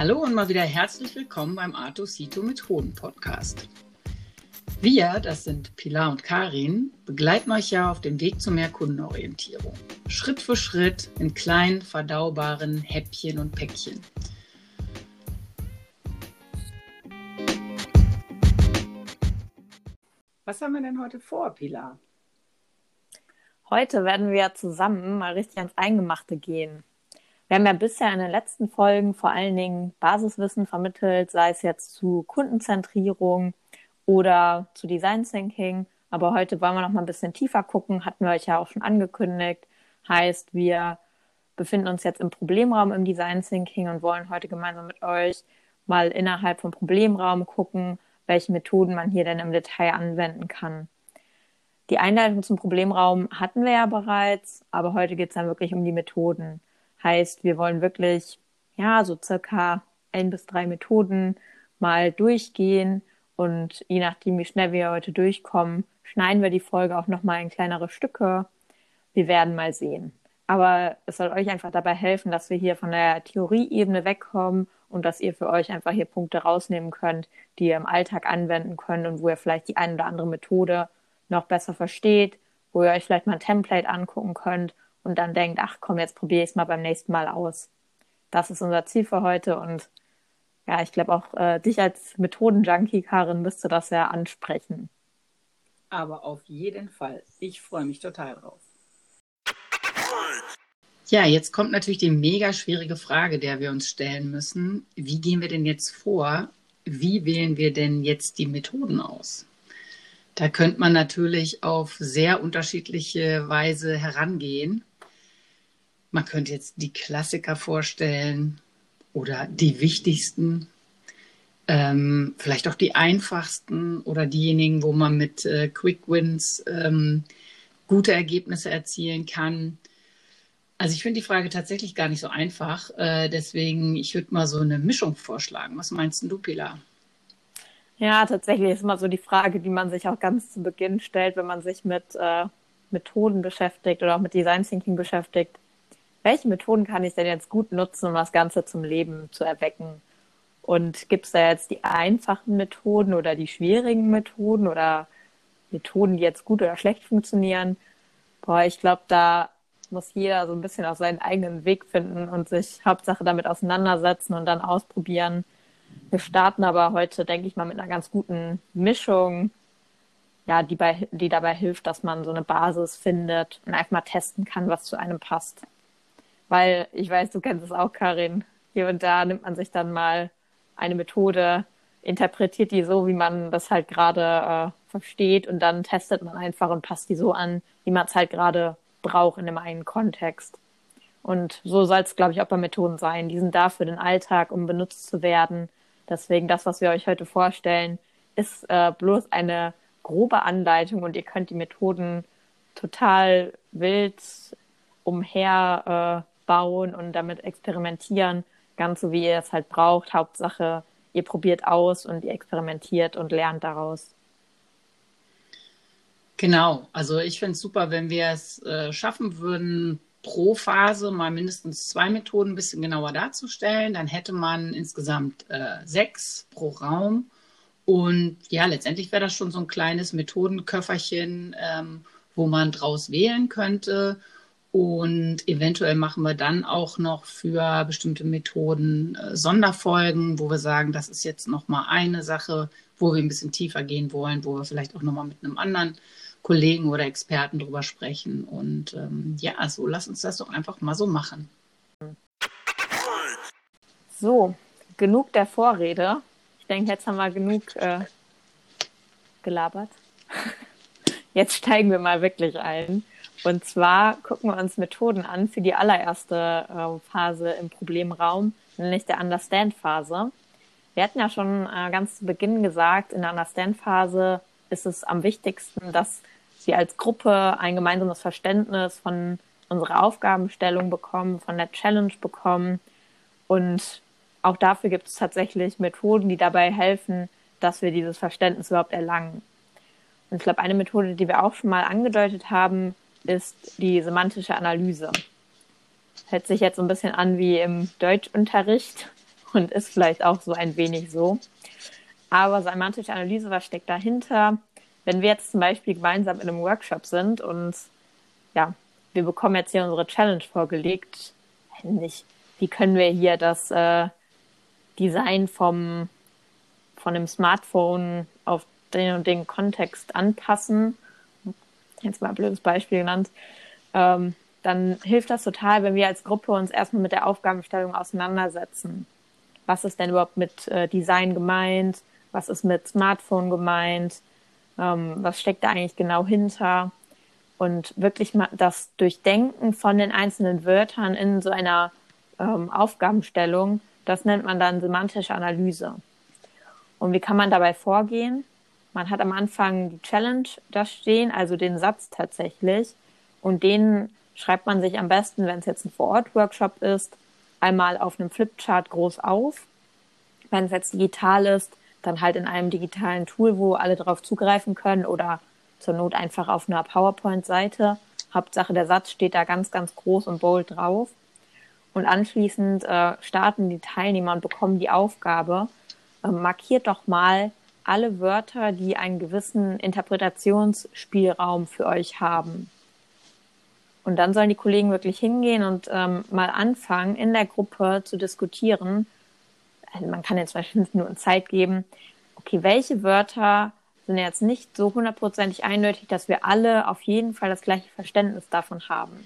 Hallo und mal wieder herzlich willkommen beim Arto-Sito Methoden Podcast. Wir, das sind Pilar und Karin, begleiten euch ja auf dem Weg zu mehr Kundenorientierung. Schritt für Schritt in kleinen, verdaubaren Häppchen und Päckchen. Was haben wir denn heute vor, Pilar? Heute werden wir zusammen mal richtig ans Eingemachte gehen. Wir haben ja bisher in den letzten Folgen vor allen Dingen Basiswissen vermittelt, sei es jetzt zu Kundenzentrierung oder zu Design Thinking. Aber heute wollen wir noch mal ein bisschen tiefer gucken, hatten wir euch ja auch schon angekündigt. Heißt, wir befinden uns jetzt im Problemraum im Design Thinking und wollen heute gemeinsam mit euch mal innerhalb vom Problemraum gucken, welche Methoden man hier denn im Detail anwenden kann. Die Einleitung zum Problemraum hatten wir ja bereits, aber heute geht es dann wirklich um die Methoden. Heißt, wir wollen wirklich, so circa 1 bis 3 Methoden mal durchgehen und je nachdem, wie schnell wir heute durchkommen, schneiden wir die Folge auch nochmal in kleinere Stücke. Wir werden mal sehen. Aber es soll euch einfach dabei helfen, dass wir hier von der Theorieebene wegkommen und dass ihr für euch einfach hier Punkte rausnehmen könnt, die ihr im Alltag anwenden könnt und wo ihr vielleicht die eine oder andere Methode noch besser versteht, wo ihr euch vielleicht mal ein Template angucken könnt und dann denkt, ach komm, jetzt probiere ich es mal beim nächsten Mal aus. Das ist unser Ziel für heute und ja, ich glaube auch dich als Methoden-Junkie, Karin, müsste das ja ansprechen. Aber auf jeden Fall. Ich freue mich total drauf. Ja, jetzt kommt natürlich die mega schwierige Frage, der wir uns stellen müssen. Wie gehen wir denn jetzt vor? Wie wählen wir denn jetzt die Methoden aus? Da könnte man natürlich auf sehr unterschiedliche Weise herangehen. Man könnte jetzt die Klassiker vorstellen oder die wichtigsten, vielleicht auch die einfachsten oder diejenigen, wo man mit Quick Wins gute Ergebnisse erzielen kann. Also ich finde die Frage tatsächlich gar nicht so einfach. Deswegen, ich würde mal so eine Mischung vorschlagen. Was meinst du, Pilar? Ja, tatsächlich ist immer so die Frage, die man sich auch ganz zu Beginn stellt, wenn man sich mit Methoden beschäftigt oder auch mit Design Thinking beschäftigt. Welche Methoden kann ich denn jetzt gut nutzen, um das Ganze zum Leben zu erwecken? Und gibt es da jetzt die einfachen Methoden oder die schwierigen Methoden oder Methoden, die jetzt gut oder schlecht funktionieren? Ich glaube, da muss jeder so ein bisschen auf seinen eigenen Weg finden und sich Hauptsache damit auseinandersetzen und dann ausprobieren. Wir starten aber heute, denke ich mal, mit einer ganz guten Mischung, ja, die dabei hilft, dass man so eine Basis findet und einfach mal testen kann, was zu einem passt. Weil ich weiß, du kennst es auch, Karin. Hier und da nimmt man sich dann mal eine Methode, interpretiert die so, wie man das halt gerade versteht und dann testet man einfach und passt die so an, wie man es halt gerade braucht in dem einen Kontext. Und so soll es, glaube ich, auch bei Methoden sein. Die sind da für den Alltag, um benutzt zu werden. Deswegen das, was wir euch heute vorstellen, ist bloß eine grobe Anleitung und ihr könnt die Methoden total wild umherbauen und damit experimentieren, ganz so wie ihr es halt braucht. Hauptsache, ihr probiert aus und ihr experimentiert und lernt daraus. Genau, also ich finde es super, wenn wir es schaffen würden, pro Phase mal mindestens 2 Methoden ein bisschen genauer darzustellen. Dann hätte man insgesamt 6 pro Raum. Und ja, letztendlich wäre das schon so ein kleines Methodenköfferchen, wo man draus wählen könnte. Und eventuell machen wir dann auch noch für bestimmte Methoden Sonderfolgen, wo wir sagen, das ist jetzt nochmal eine Sache, wo wir ein bisschen tiefer gehen wollen, wo wir vielleicht auch nochmal mit einem anderen Kollegen oder Experten drüber sprechen. Und so lass uns das doch einfach mal so machen. So, genug der Vorrede. Ich denke, jetzt haben wir genug gelabert. Jetzt steigen wir mal wirklich ein. Und zwar gucken wir uns Methoden an für die allererste Phase im Problemraum, nämlich der Understand-Phase. Wir hatten ja schon ganz zu Beginn gesagt, in der Understand-Phase ist es am wichtigsten, dass wir als Gruppe ein gemeinsames Verständnis von unserer Aufgabenstellung bekommen, von der Challenge bekommen. Und auch dafür gibt es tatsächlich Methoden, die dabei helfen, dass wir dieses Verständnis überhaupt erlangen. Und ich glaube, eine Methode, die wir auch schon mal angedeutet haben, ist die semantische Analyse. Hört sich jetzt so ein bisschen an wie im Deutschunterricht und ist vielleicht auch so ein wenig so. Aber semantische Analyse, was steckt dahinter? Wenn wir jetzt zum Beispiel gemeinsam in einem Workshop sind und ja, wir bekommen jetzt hier unsere Challenge vorgelegt, nicht, wie können wir hier das Design von dem Smartphone auf den und den Kontext anpassen, jetzt mal ein blödes Beispiel genannt, dann hilft das total, wenn wir als Gruppe uns erstmal mit der Aufgabenstellung auseinandersetzen. Was ist denn überhaupt mit Design gemeint? Was ist mit Smartphone gemeint? Was steckt da eigentlich genau hinter? Und wirklich mal das Durchdenken von den einzelnen Wörtern in so einer Aufgabenstellung, das nennt man dann semantische Analyse. Und wie kann man dabei vorgehen? Man hat am Anfang die Challenge da stehen, also den Satz tatsächlich. Und den schreibt man sich am besten, wenn es jetzt ein Vor-Ort-Workshop ist, einmal auf einem Flipchart groß auf. Wenn es jetzt digital ist, dann halt in einem digitalen Tool, wo alle darauf zugreifen können oder zur Not einfach auf einer PowerPoint-Seite. Hauptsache, der Satz steht da ganz, ganz groß und bold drauf. Und anschließend starten die Teilnehmer und bekommen die Aufgabe, markiert doch mal alle Wörter, die einen gewissen Interpretationsspielraum für euch haben. Und dann sollen die Kollegen wirklich hingehen und mal anfangen, in der Gruppe zu diskutieren. Also man kann jetzt zum Beispiel 5 Minuten Zeit geben. Okay, welche Wörter sind jetzt nicht so 100%ig eindeutig, dass wir alle auf jeden Fall das gleiche Verständnis davon haben.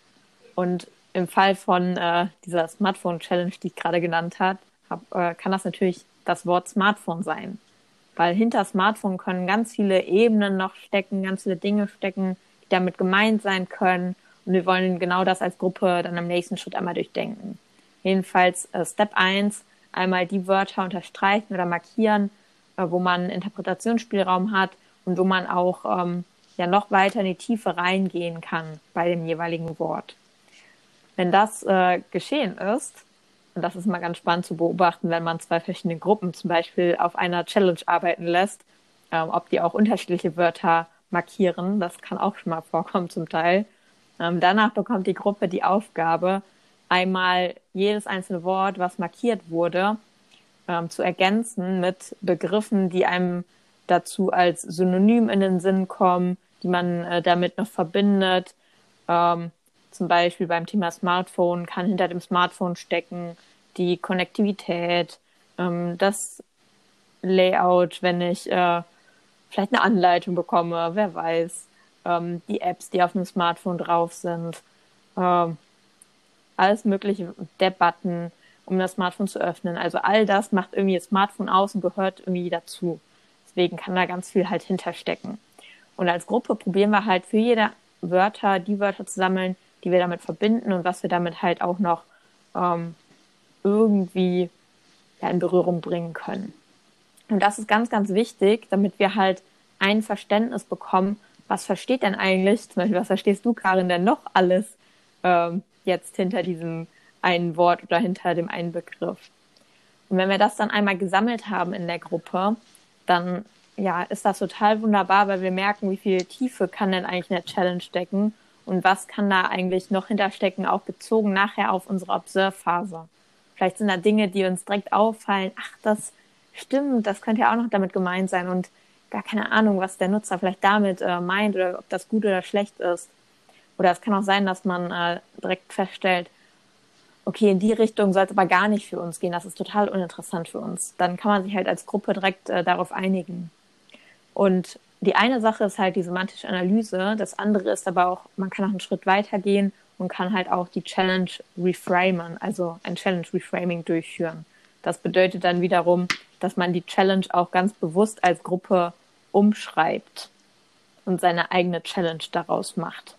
Und im Fall von dieser Smartphone-Challenge, die ich gerade genannt habe, kann das natürlich das Wort Smartphone sein. Weil hinter Smartphone können ganz viele Ebenen noch stecken, ganz viele Dinge stecken, die damit gemeint sein können. Und wir wollen genau das als Gruppe dann im nächsten Schritt einmal durchdenken. Jedenfalls Step 1, einmal die Wörter unterstreichen oder markieren, wo man Interpretationsspielraum hat und wo man auch noch weiter in die Tiefe reingehen kann bei dem jeweiligen Wort. Wenn das geschehen ist, und das ist mal ganz spannend zu beobachten, wenn man 2 verschiedene Gruppen zum Beispiel auf einer Challenge arbeiten lässt, ob die auch unterschiedliche Wörter markieren, das kann auch schon mal vorkommen zum Teil. Danach bekommt die Gruppe die Aufgabe, einmal jedes einzelne Wort, was markiert wurde, zu ergänzen mit Begriffen, die einem dazu als Synonym in den Sinn kommen, die man damit noch verbindet. Zum Beispiel beim Thema Smartphone kann hinter dem Smartphone stecken die Konnektivität, das Layout, wenn ich vielleicht eine Anleitung bekomme, wer weiß, die Apps, die auf dem Smartphone drauf sind, alles mögliche, der Button, um das Smartphone zu öffnen. Also all das macht irgendwie das Smartphone aus und gehört irgendwie dazu. Deswegen kann da ganz viel halt hinterstecken. Und als Gruppe probieren wir halt für jede Wörter, die Wörter zu sammeln, die wir damit verbinden und was wir damit halt auch noch irgendwie in Berührung bringen können. Und das ist ganz, ganz wichtig, damit wir halt ein Verständnis bekommen, was versteht denn eigentlich, zum Beispiel, was verstehst du, Karin, denn noch alles jetzt hinter diesem einen Wort oder hinter dem einen Begriff. Und wenn wir das dann einmal gesammelt haben in der Gruppe, dann ist das total wunderbar, weil wir merken, wie viel Tiefe kann denn eigentlich in der Challenge stecken und was kann da eigentlich noch hinterstecken, auch bezogen nachher auf unsere Observe-Phase. Vielleicht sind da Dinge, die uns direkt auffallen, ach, das stimmt, das könnte ja auch noch damit gemeint sein und gar keine Ahnung, was der Nutzer vielleicht damit meint oder ob das gut oder schlecht ist. Oder es kann auch sein, dass man direkt feststellt, okay, in die Richtung soll es aber gar nicht für uns gehen, das ist total uninteressant für uns. Dann kann man sich halt als Gruppe direkt darauf einigen. Und die eine Sache ist halt die semantische Analyse, das andere ist aber auch, man kann noch einen Schritt weiter gehen und kann halt auch die Challenge reframen, also ein Challenge Reframing durchführen. Das bedeutet dann wiederum, dass man die Challenge auch ganz bewusst als Gruppe umschreibt und seine eigene Challenge daraus macht.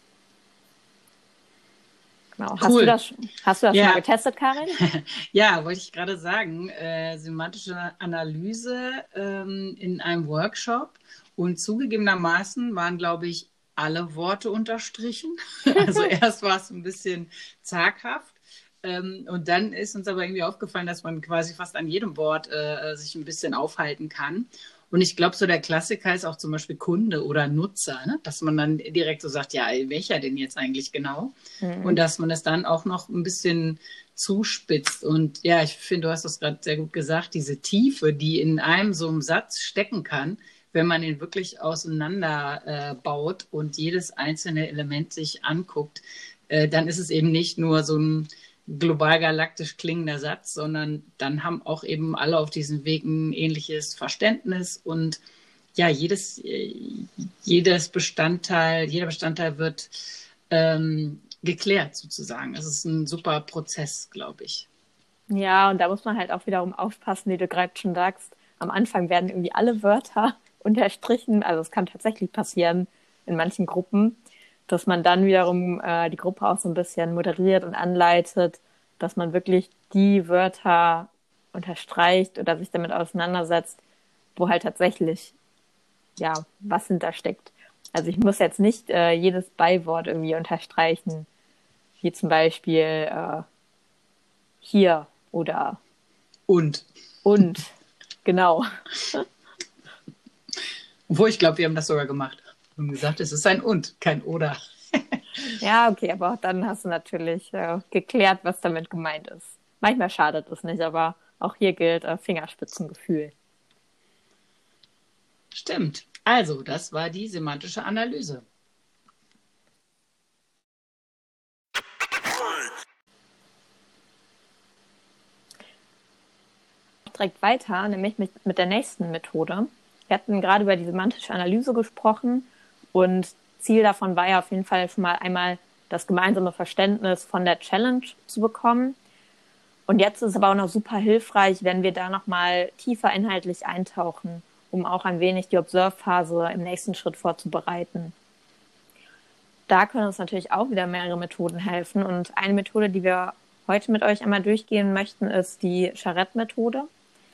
Genau. Cool. Hast du das schon mal getestet, Karin? Ja, wollte ich gerade sagen. Semantische Analyse in einem Workshop und zugegebenermaßen waren, glaube ich, alle Worte unterstrichen. Also erst war es ein bisschen zaghaft. Und dann ist uns aber irgendwie aufgefallen, dass man quasi fast an jedem Wort sich ein bisschen aufhalten kann. Und ich glaube, so der Klassiker ist auch zum Beispiel Kunde oder Nutzer, ne? Dass man dann direkt so sagt, ja, welcher denn jetzt eigentlich genau? Und dass man es dann auch noch ein bisschen zuspitzt. Und ja, ich finde, du hast das gerade sehr gut gesagt, diese Tiefe, die in einem so einem Satz stecken kann, wenn man ihn wirklich auseinander baut und jedes einzelne Element sich anguckt, dann ist es eben nicht nur so ein global galaktisch klingender Satz, sondern dann haben auch eben alle auf diesem Weg ein ähnliches Verständnis und ja, jeder Bestandteil wird geklärt sozusagen. Es ist ein super Prozess, glaube ich. Ja, und da muss man halt auch wiederum aufpassen, wie du gerade schon sagst. Am Anfang werden irgendwie alle Wörter unterstrichen. Also es kann tatsächlich passieren in manchen Gruppen, dass man dann wiederum die Gruppe auch so ein bisschen moderiert und anleitet, dass man wirklich die Wörter unterstreicht oder sich damit auseinandersetzt, wo halt tatsächlich ja was hintersteckt. Also ich muss jetzt nicht jedes Beiwort irgendwie unterstreichen, wie zum Beispiel hier oder Und, genau. Obwohl ich glaube, wir haben das sogar gemacht. Wir haben gesagt, es ist ein und, kein oder. Ja, okay, aber auch dann hast du natürlich geklärt, was damit gemeint ist. Manchmal schadet es nicht, aber auch hier gilt Fingerspitzengefühl. Stimmt. Also, das war die semantische Analyse. Direkt weiter, nämlich mit der nächsten Methode. Wir hatten gerade über die semantische Analyse gesprochen und Ziel davon war ja auf jeden Fall schon mal einmal das gemeinsame Verständnis von der Challenge zu bekommen. Und jetzt ist es aber auch noch super hilfreich, wenn wir da nochmal tiefer inhaltlich eintauchen, um auch ein wenig die Observe-Phase im nächsten Schritt vorzubereiten. Da können uns natürlich auch wieder mehrere Methoden helfen. Und eine Methode, die wir heute mit euch einmal durchgehen möchten, ist die Charette-Methode.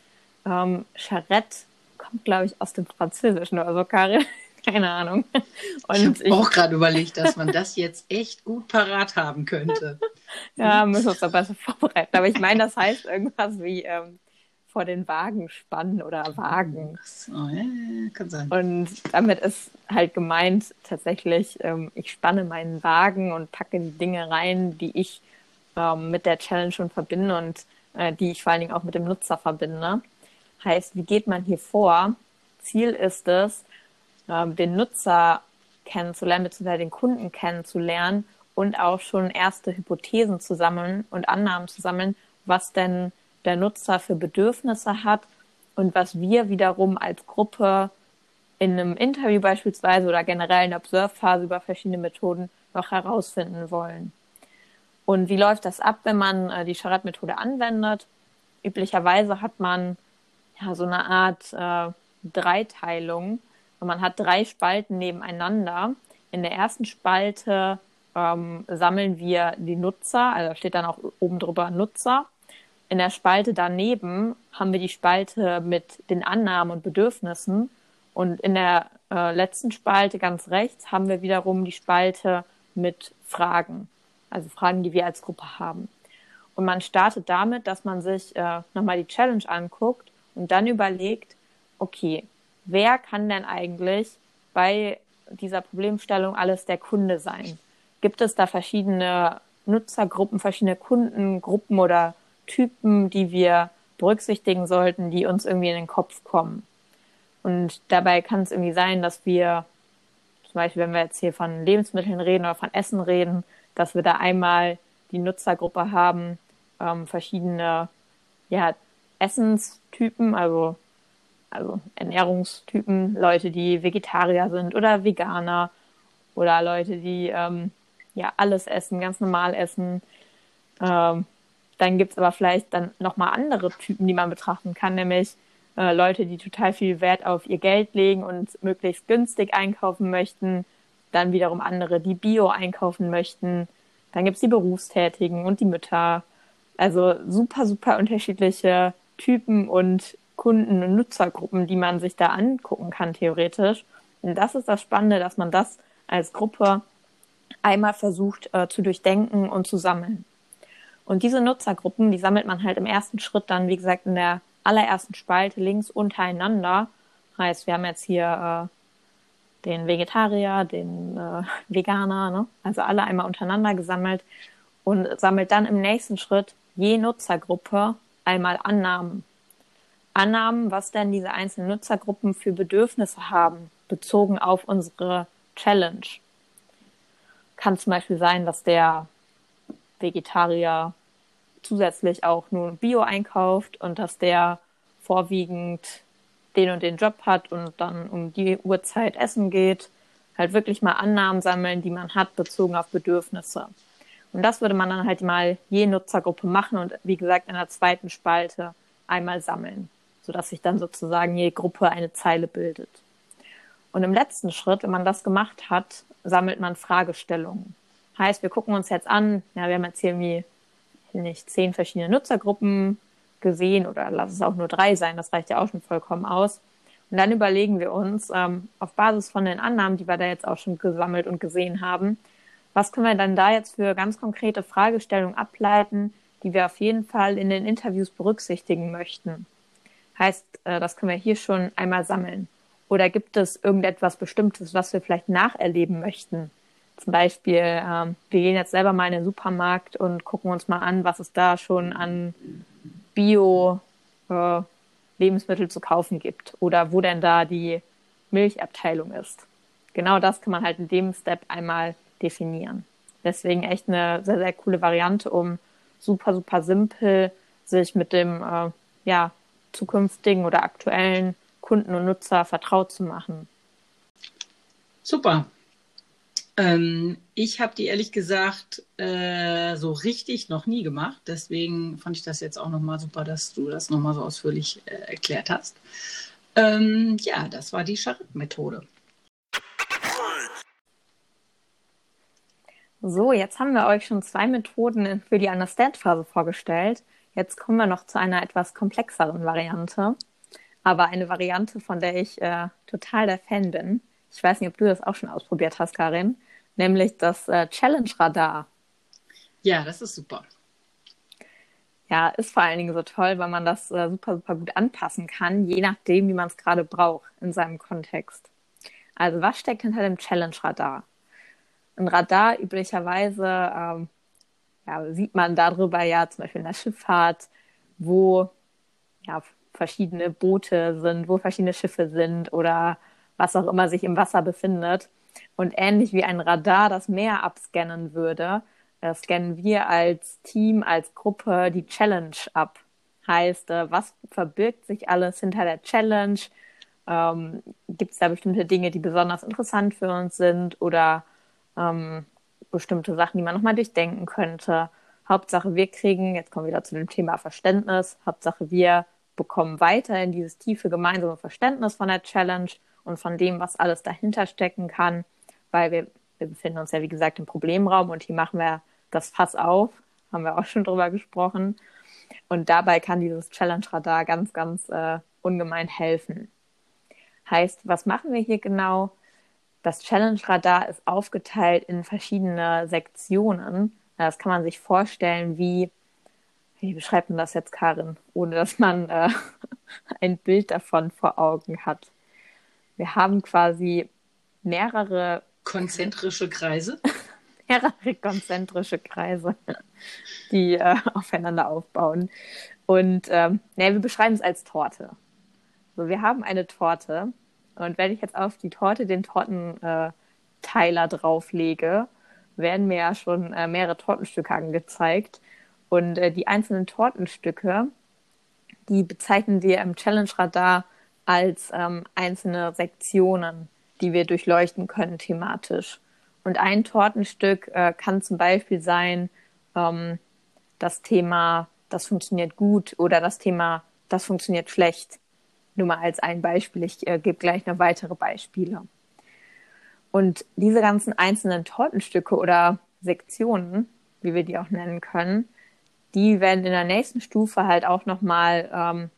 Charette kommt, glaube ich, aus dem Französischen oder so, Karin. Keine Ahnung. Und ich habe auch gerade überlegt, dass man das jetzt echt gut parat haben könnte. Ja, müssen wir uns da besser vorbereiten. Aber ich meine, das heißt irgendwas wie vor den Wagen spannen oder Wagen. Oh, ja, kann sein. Und damit ist halt gemeint tatsächlich, ich spanne meinen Wagen und packe die Dinge rein, die ich mit der Challenge schon verbinde und die ich vor allen Dingen auch mit dem Nutzer verbinde. Heißt, wie geht man hier vor? Ziel ist es, den Nutzer kennenzulernen, beziehungsweise den Kunden kennenzulernen und auch schon erste Hypothesen zu sammeln und Annahmen zu sammeln, was denn der Nutzer für Bedürfnisse hat und was wir wiederum als Gruppe in einem Interview beispielsweise oder generell in der Observe-Phase über verschiedene Methoden noch herausfinden wollen. Und wie läuft das ab, wenn man die Charette-Methode anwendet? Üblicherweise hat man ja so eine Art Dreiteilung. Und man hat 3 Spalten nebeneinander. In der ersten Spalte sammeln wir die Nutzer, also steht dann auch oben drüber Nutzer. In der Spalte daneben haben wir die Spalte mit den Annahmen und Bedürfnissen. Und in der letzten Spalte ganz rechts haben wir wiederum die Spalte mit Fragen. Also Fragen, die wir als Gruppe haben. Und man startet damit, dass man sich nochmal die Challenge anguckt und dann überlegt, okay, wer kann denn eigentlich bei dieser Problemstellung alles der Kunde sein? Gibt es da verschiedene Nutzergruppen, verschiedene Kundengruppen oder Typen, die wir berücksichtigen sollten, die uns irgendwie in den Kopf kommen? Und dabei kann es irgendwie sein, dass wir, zum Beispiel, wenn wir jetzt hier von Lebensmitteln reden oder von Essen reden, dass wir da einmal die Nutzergruppe haben, verschiedene Essenstypen, also Ernährungstypen, Leute, die Vegetarier sind oder Veganer oder Leute, die alles essen, ganz normal essen. Dann gibt es aber vielleicht dann nochmal andere Typen, die man betrachten kann, nämlich Leute, die total viel Wert auf ihr Geld legen und möglichst günstig einkaufen möchten. Dann wiederum andere, die Bio einkaufen möchten. Dann gibt es die Berufstätigen und die Mütter. Also super, super unterschiedliche Typen und Kunden- und Nutzergruppen, die man sich da angucken kann, theoretisch. Und das ist das Spannende, dass man das als Gruppe einmal versucht zu durchdenken und zu sammeln. Und diese Nutzergruppen, die sammelt man halt im ersten Schritt dann, wie gesagt, in der allerersten Spalte links untereinander Heißt, wir haben jetzt hier den Vegetarier, den Veganer, ne? Also alle einmal untereinander gesammelt und sammelt dann im nächsten Schritt je Nutzergruppe einmal Annahmen. Annahmen, was denn diese einzelnen Nutzergruppen für Bedürfnisse haben, bezogen auf unsere Challenge. Kann zum Beispiel sein, dass der Vegetarier zusätzlich auch nur Bio einkauft und dass der vorwiegend den und den Job hat und dann um die Uhrzeit essen geht. Halt wirklich mal Annahmen sammeln, die man hat, bezogen auf Bedürfnisse. Und das würde man dann halt mal je Nutzergruppe machen und wie gesagt in der zweiten Spalte einmal sammeln, sodass sich dann sozusagen je Gruppe eine Zeile bildet. Und im letzten Schritt, wenn man das gemacht hat, sammelt man Fragestellungen. Heißt, wir gucken uns jetzt an, ja, wir haben jetzt hier irgendwie nicht 10 verschiedene Nutzergruppen gesehen oder lass es auch nur 3 sein, das reicht ja auch schon vollkommen aus. Und dann überlegen wir uns auf Basis von den Annahmen, die wir da jetzt auch schon gesammelt und gesehen haben, was können wir dann da jetzt für ganz konkrete Fragestellungen ableiten, die wir auf jeden Fall in den Interviews berücksichtigen möchten. Heißt, das können wir hier schon einmal sammeln. Oder gibt es irgendetwas Bestimmtes, was wir vielleicht nacherleben möchten? Zum Beispiel, wir gehen jetzt selber mal in den Supermarkt und gucken uns mal an, was es da schon an Bio-Lebensmittel zu kaufen gibt. Oder wo denn da die Milchabteilung ist. Genau das kann man halt in dem Step einmal definieren. Deswegen echt eine sehr, sehr coole Variante, um super, super simpel sich mit dem zukünftigen oder aktuellen Kunden und Nutzer vertraut zu machen. Super. Ich habe die ehrlich gesagt so richtig noch nie gemacht. Deswegen fand ich das jetzt auch nochmal super, dass du das nochmal so ausführlich erklärt hast. Das war die Charrette-Methode. So, jetzt haben wir euch schon 2 Methoden für die Understand-Phase vorgestellt. Jetzt kommen wir noch zu einer etwas komplexeren Variante. Aber eine Variante, von der ich total der Fan bin. Ich weiß nicht, ob du das auch schon ausprobiert hast, Karin. Nämlich das Challenge-Radar. Ja, das ist super. Ja, ist vor allen Dingen so toll, weil man das super, super gut anpassen kann, je nachdem, wie man es gerade braucht in seinem Kontext. Also was steckt hinter dem Challenge-Radar? Ein Radar üblicherweise sieht man darüber ja zum Beispiel in der Schifffahrt, wo verschiedene Boote sind, wo verschiedene Schiffe sind oder was auch immer sich im Wasser befindet. Und ähnlich wie ein Radar das Meer abscannen würde, scannen wir als Team, als Gruppe die Challenge ab. Heißt, was verbirgt sich alles hinter der Challenge? Gibt es da bestimmte Dinge, die besonders interessant für uns sind oder bestimmte Sachen, die man nochmal durchdenken könnte? Hauptsache, wir kriegen, jetzt kommen wir wieder zu dem Thema Verständnis, Hauptsache, wir bekommen weiterhin dieses tiefe gemeinsame Verständnis von der Challenge und von dem, was alles dahinter stecken kann, weil wir befinden uns ja, wie gesagt, im Problemraum und hier machen wir das Fass auf, haben wir auch schon drüber gesprochen. Und dabei kann dieses Challenge-Radar ganz, ganz ungemein helfen. Heißt, was machen wir hier genau? Das Challenge-Radar ist aufgeteilt in verschiedene Sektionen. Das kann man sich vorstellen, wie beschreibt man das jetzt, Karin, ohne dass man ein Bild davon vor Augen hat. Wir haben quasi mehrere konzentrische Kreise. Mehrere konzentrische Kreise, die aufeinander aufbauen. Und wir beschreiben es als Torte. So, wir haben eine Torte und wenn ich jetzt auf die Torte den Tortenteiler drauflege, werden mir ja schon mehrere Tortenstücke angezeigt. Und die einzelnen Tortenstücke, die bezeichnen wir im Challenge-Radar als einzelne Sektionen, die wir durchleuchten können thematisch. Und ein Tortenstück kann zum Beispiel sein, das Thema, das funktioniert gut oder das Thema, das funktioniert schlecht. Nur mal als ein Beispiel, ich gebe gleich noch weitere Beispiele. Und diese ganzen einzelnen Tortenstücke oder Sektionen, wie wir die auch nennen können, die werden in der nächsten Stufe halt auch nochmal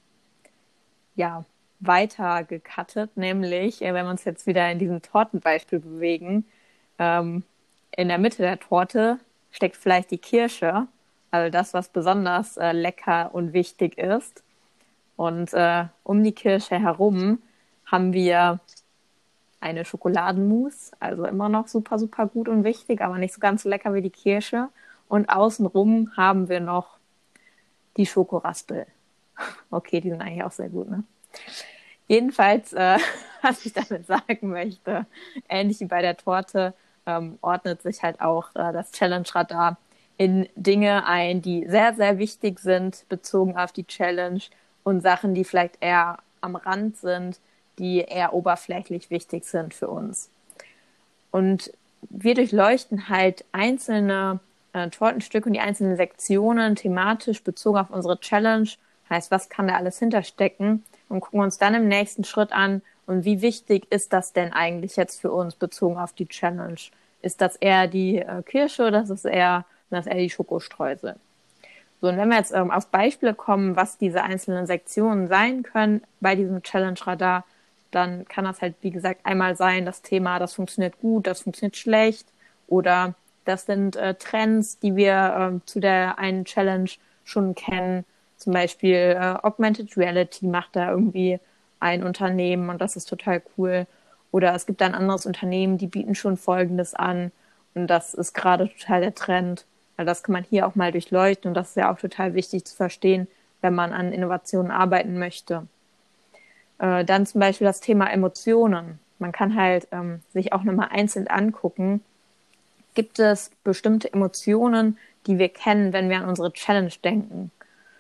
weiter gecuttet, nämlich, wenn wir uns jetzt wieder in diesem Tortenbeispiel bewegen, in der Mitte der Torte steckt vielleicht die Kirsche, also das, was besonders lecker und wichtig ist. Und um die Kirsche herum haben wir eine Schokoladenmousse, also immer noch super, super gut und wichtig, aber nicht so ganz so lecker wie die Kirsche. Und außenrum haben wir noch die Schokoraspel. Okay, die sind eigentlich auch sehr gut, ne? Jedenfalls, was ich damit sagen möchte, ähnlich wie bei der Torte, ordnet sich halt auch das Challenge-Radar in Dinge ein, die sehr, sehr wichtig sind, bezogen auf die Challenge, und Sachen, die vielleicht eher am Rand sind, die eher oberflächlich wichtig sind für uns. Und wir durchleuchten halt einzelne Tortenstücke und die einzelnen Sektionen thematisch bezogen auf unsere Challenge. Heißt, was kann da alles hinterstecken? Und gucken uns dann im nächsten Schritt an, und wie wichtig ist das denn eigentlich jetzt für uns bezogen auf die Challenge? Ist das eher die Kirsche oder ist das eher die Schokostreusel? So, und wenn wir jetzt auf Beispiele kommen, was diese einzelnen Sektionen sein können bei diesem Challenge-Radar, dann kann das halt, wie gesagt, einmal sein, das Thema, das funktioniert gut, das funktioniert schlecht, oder das sind Trends, die wir zu der einen Challenge schon kennen. Zum Beispiel Augmented Reality macht da irgendwie ein Unternehmen und das ist total cool. Oder es gibt ein anderes Unternehmen, die bieten schon Folgendes an und das ist gerade total der Trend. Also das kann man hier auch mal durchleuchten und das ist ja auch total wichtig zu verstehen, wenn man an Innovationen arbeiten möchte. Dann zum Beispiel das Thema Emotionen. Man kann halt sich auch nochmal einzeln angucken. Gibt es bestimmte Emotionen, die wir kennen, wenn wir an unsere Challenge denken?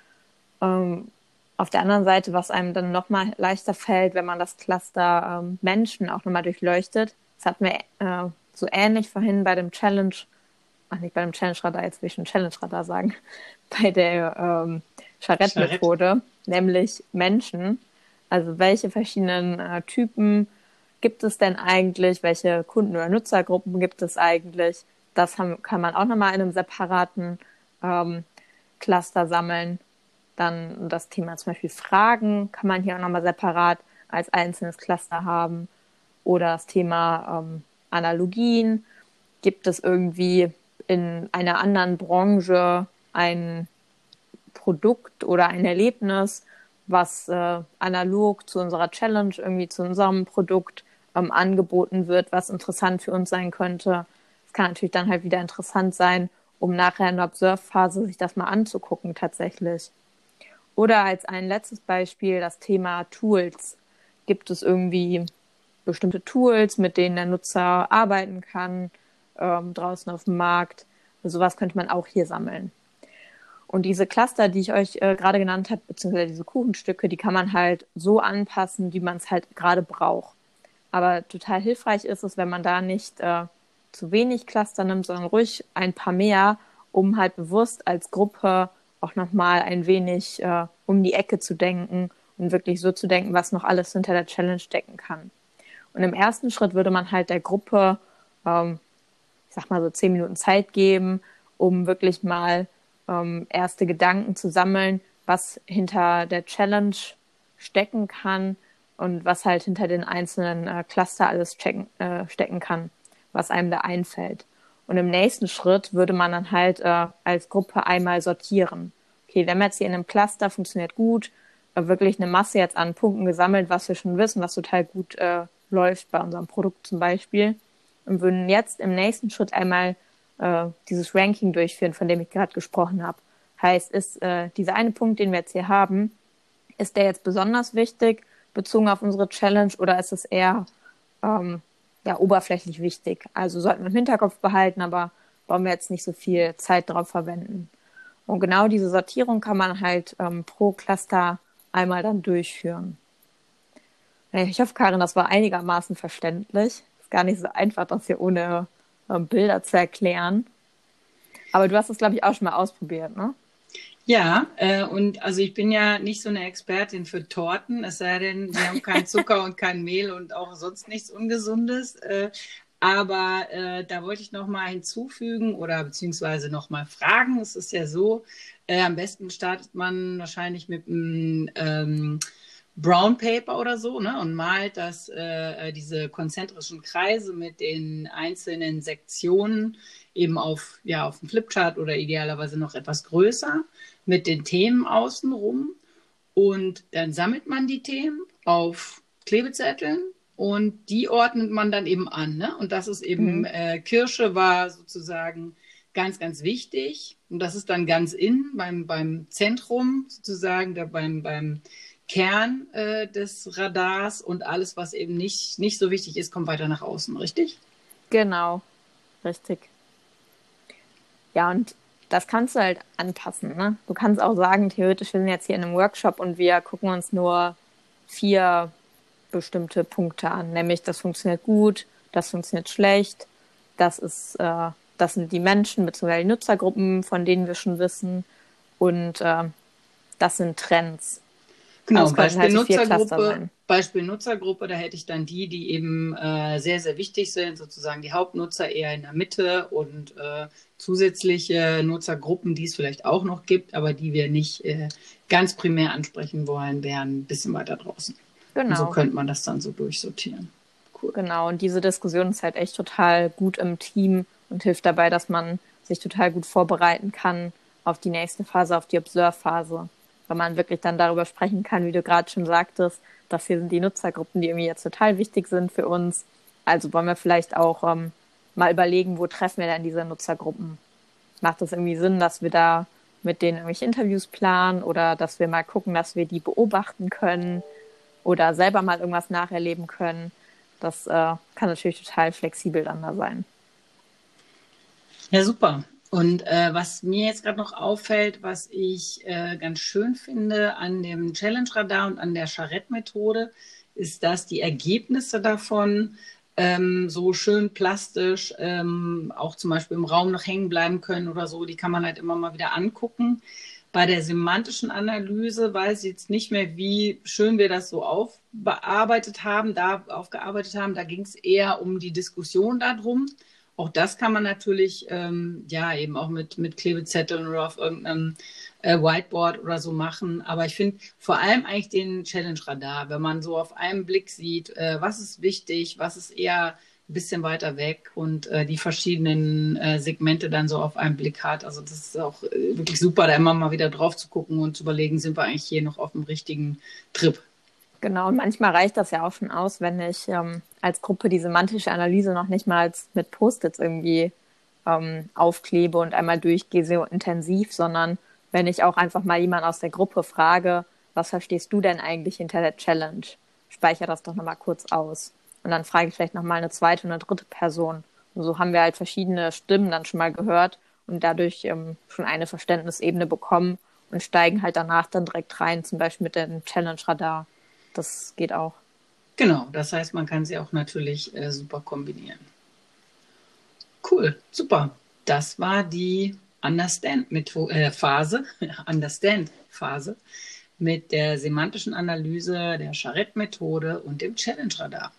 Auf der anderen Seite, was einem dann nochmal leichter fällt, wenn man das Cluster Menschen auch nochmal durchleuchtet. Das hatten wir so ähnlich vorhin bei dem Challenge, nicht bei dem Challenge-Radar, jetzt will ich schon Challenge-Radar sagen, bei der Charrette-Methode, nämlich Menschen. Also welche verschiedenen Typen gibt es denn eigentlich? Welche Kunden- oder Nutzergruppen gibt es eigentlich? Das kann man auch nochmal in einem separaten Cluster sammeln. Dann das Thema zum Beispiel Fragen kann man hier auch nochmal separat als einzelnes Cluster haben. Oder das Thema Analogien. Gibt es irgendwie in einer anderen Branche ein Produkt oder ein Erlebnis, was analog zu unserer Challenge, irgendwie zu unserem Produkt angeboten wird, was interessant für uns sein könnte. Es kann natürlich dann halt wieder interessant sein, um nachher in der Observe-Phase sich das mal anzugucken tatsächlich. Oder als ein letztes Beispiel das Thema Tools. Gibt es irgendwie bestimmte Tools, mit denen der Nutzer arbeiten kann, draußen auf dem Markt? Sowas könnte man auch hier sammeln. Und diese Cluster, die ich euch gerade genannt habe, beziehungsweise diese Kuchenstücke, die kann man halt so anpassen, wie man es halt gerade braucht. Aber total hilfreich ist es, wenn man da nicht zu wenig Cluster nimmt, sondern ruhig ein paar mehr, um halt bewusst als Gruppe auch nochmal ein wenig um die Ecke zu denken und wirklich so zu denken, was noch alles hinter der Challenge stecken kann. Und im ersten Schritt würde man halt der Gruppe, ich sag mal so 10 Minuten Zeit geben, um wirklich mal erste Gedanken zu sammeln, was hinter der Challenge stecken kann und was halt hinter den einzelnen Cluster alles stecken kann, was einem da einfällt. Und im nächsten Schritt würde man dann halt als Gruppe einmal sortieren. Okay, wir haben jetzt hier in einem Cluster, funktioniert gut, wirklich eine Masse jetzt an Punkten gesammelt, was wir schon wissen, was total gut läuft bei unserem Produkt zum Beispiel. Und würden jetzt im nächsten Schritt einmal dieses Ranking durchführen, von dem ich gerade gesprochen habe. Heißt, ist dieser eine Punkt, den wir jetzt hier haben, ist der jetzt besonders wichtig, bezogen auf unsere Challenge, oder ist es eher oberflächlich wichtig? Also sollten wir im Hinterkopf behalten, aber wollen wir jetzt nicht so viel Zeit darauf verwenden. Und genau diese Sortierung kann man halt pro Cluster einmal dann durchführen. Ich hoffe, Karin, das war einigermaßen verständlich. Ist gar nicht so einfach, das hier ohne Bilder zu erklären. Aber du hast es, glaube ich, auch schon mal ausprobiert, ne? Ja, und also ich bin ja nicht so eine Expertin für Torten, es sei denn, sie haben keinen Zucker und kein Mehl und auch sonst nichts Ungesundes. Aber da wollte ich noch mal hinzufügen oder beziehungsweise noch mal fragen. Es ist ja so, am besten startet man wahrscheinlich mit einem Brown Paper oder so, ne, und malt diese konzentrischen Kreise mit den einzelnen Sektionen eben auf dem Flipchart oder idealerweise noch etwas größer mit den Themen außenrum. Und dann sammelt man die Themen auf Klebezetteln und die ordnet man dann eben an. Ne? Und das ist eben, Kirsche war sozusagen ganz, ganz wichtig. Und das ist dann ganz innen beim Zentrum sozusagen, beim Kern des Radars, und alles, was eben nicht so wichtig ist, kommt weiter nach außen, richtig? Genau, richtig. Ja, und das kannst du halt anpassen. Ne? Du kannst auch sagen, theoretisch, wir sind jetzt hier in einem Workshop und wir gucken uns nur 4 bestimmte Punkte an. Nämlich, das funktioniert gut, das funktioniert schlecht, das sind die Menschen bzw. die Nutzergruppen, von denen wir schon wissen, und das sind Trends. Genau, Beispiel Nutzergruppe, da hätte ich dann die eben sehr, sehr wichtig sind, sozusagen die Hauptnutzer eher in der Mitte und zusätzliche Nutzergruppen, die es vielleicht auch noch gibt, aber die wir nicht ganz primär ansprechen wollen, wären ein bisschen weiter draußen. Genau. Und so könnte man das dann so durchsortieren. Cool. Genau, und diese Diskussion ist halt echt total gut im Team und hilft dabei, dass man sich total gut vorbereiten kann auf die nächste Phase, auf die Observe-Phase. Weil man wirklich dann darüber sprechen kann, wie du gerade schon sagtest, das hier sind die Nutzergruppen, die irgendwie jetzt total wichtig sind für uns. Also wollen wir vielleicht auch mal überlegen, wo treffen wir denn diese Nutzergruppen? Macht es irgendwie Sinn, dass wir da mit denen irgendwelche Interviews planen oder dass wir mal gucken, dass wir die beobachten können oder selber mal irgendwas nacherleben können? Das kann natürlich total flexibel dann da sein. Ja, super. Und was mir jetzt gerade noch auffällt, was ich ganz schön finde an dem Challenge-Radar und an der Charrette-Methode, ist, dass die Ergebnisse davon so schön plastisch auch zum Beispiel im Raum noch hängen bleiben können oder so. Die kann man halt immer mal wieder angucken. Bei der semantischen Analyse weiß ich jetzt nicht mehr, wie schön wir das so aufgearbeitet haben. Da ging es eher um die Diskussion darum. Auch das kann man natürlich eben auch mit Klebezetteln oder auf irgendeinem Whiteboard oder so machen. Aber ich finde vor allem eigentlich den Challenge-Radar, wenn man so auf einen Blick sieht, was ist wichtig, was ist eher ein bisschen weiter weg und die verschiedenen Segmente dann so auf einen Blick hat. Also das ist auch wirklich super, da immer mal wieder drauf zu gucken und zu überlegen, sind wir eigentlich hier noch auf dem richtigen Trip. Genau, und manchmal reicht das ja auch schon aus, wenn ich als Gruppe die semantische Analyse noch nicht mal mit Post-its irgendwie aufklebe und einmal durchgehe so intensiv, sondern wenn ich auch einfach mal jemanden aus der Gruppe frage, was verstehst du denn eigentlich hinter der Challenge? Speichere das doch nochmal kurz aus. Und dann frage ich vielleicht nochmal eine zweite und eine dritte Person. Und so haben wir halt verschiedene Stimmen dann schon mal gehört und dadurch schon eine Verständnisebene bekommen und steigen halt danach dann direkt rein, zum Beispiel mit dem Challenge-Radar. Das geht auch. Genau, das heißt, man kann sie auch natürlich super kombinieren. Cool, super. Das war die Understand-Phase mit der semantischen Analyse, der Charrette-Methode und dem Challenge-Radar.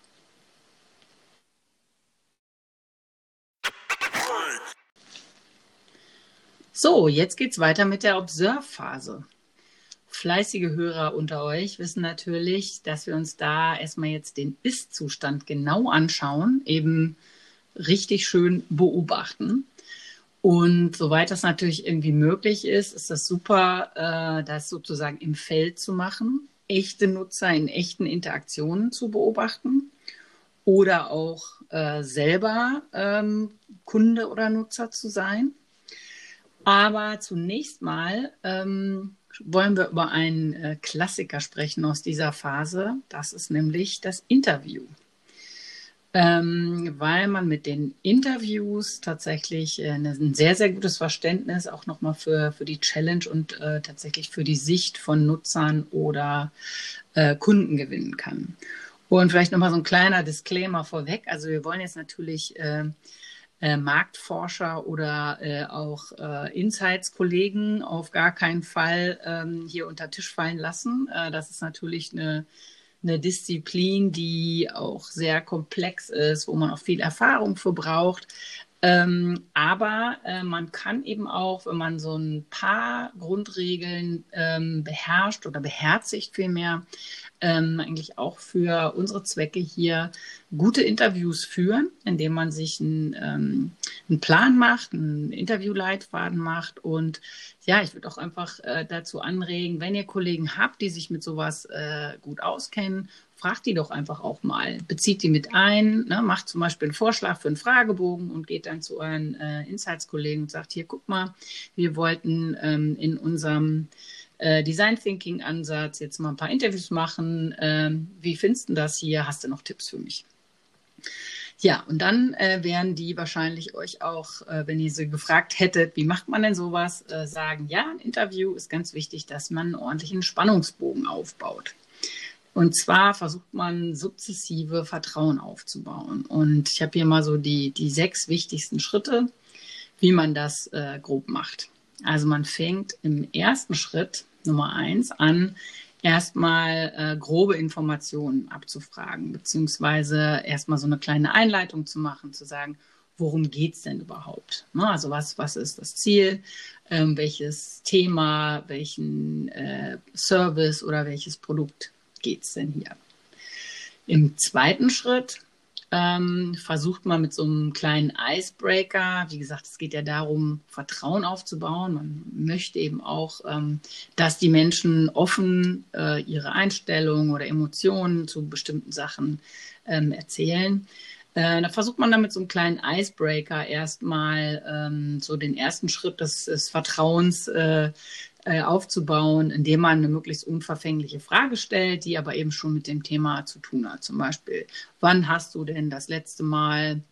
So, jetzt geht's weiter mit der Observe-Phase. Fleißige Hörer unter euch wissen natürlich, dass wir uns da erstmal jetzt den Ist-Zustand genau anschauen, eben richtig schön beobachten. Und soweit das natürlich irgendwie möglich ist, ist das super, das sozusagen im Feld zu machen, echte Nutzer in echten Interaktionen zu beobachten oder auch selber Kunde oder Nutzer zu sein. Aber zunächst mal wollen wir über einen Klassiker sprechen aus dieser Phase. Das ist nämlich das Interview. Weil man mit den Interviews tatsächlich ein sehr, sehr gutes Verständnis auch nochmal für die Challenge und tatsächlich für die Sicht von Nutzern oder Kunden gewinnen kann. Und vielleicht nochmal so ein kleiner Disclaimer vorweg. Also wir wollen jetzt natürlich Marktforscher oder auch Insights-Kollegen auf gar keinen Fall hier unter den Tisch fallen lassen. Das ist natürlich eine Disziplin, die auch sehr komplex ist, wo man auch viel Erfahrung für braucht. Aber man kann eben auch, wenn man so ein paar Grundregeln beherrscht oder beherzigt vielmehr, eigentlich auch für unsere Zwecke hier gute Interviews führen, indem man sich einen Plan macht, einen Interviewleitfaden macht. Und ja, ich würde auch einfach dazu anregen, wenn ihr Kollegen habt, die sich mit sowas gut auskennen, fragt die doch einfach auch mal, bezieht die mit ein, ne, macht zum Beispiel einen Vorschlag für einen Fragebogen und geht dann zu euren Insights-Kollegen und sagt, hier, guck mal, wir wollten in unserem Design Thinking Ansatz jetzt mal ein paar Interviews machen. Wie findest du das hier? Hast du noch Tipps für mich? Ja, und dann werden die wahrscheinlich euch auch, wenn ihr sie gefragt hättet, wie macht man denn sowas, sagen, ja, ein Interview ist ganz wichtig, dass man einen ordentlichen Spannungsbogen aufbaut. Und zwar versucht man sukzessive Vertrauen aufzubauen. Und ich habe hier mal so die 6 wichtigsten Schritte, wie man das grob macht. Also man fängt im ersten Schritt, Nummer 1, an, erstmal grobe Informationen abzufragen, beziehungsweise erstmal so eine kleine Einleitung zu machen, zu sagen, worum geht es denn überhaupt? Ne? Also was ist das Ziel? Welches Thema, welchen Service oder welches Produkt geht es denn hier? Im zweiten Schritt versucht man mit so einem kleinen Icebreaker, wie gesagt, es geht ja darum, Vertrauen aufzubauen. Man möchte eben auch, dass die Menschen offen ihre Einstellungen oder Emotionen zu bestimmten Sachen erzählen. Da versucht man dann mit so einem kleinen Icebreaker erstmal so den ersten Schritt des Vertrauens aufzubauen, indem man eine möglichst unverfängliche Frage stellt, die aber eben schon mit dem Thema zu tun hat. Zum Beispiel, wann hast du denn das letzte Mal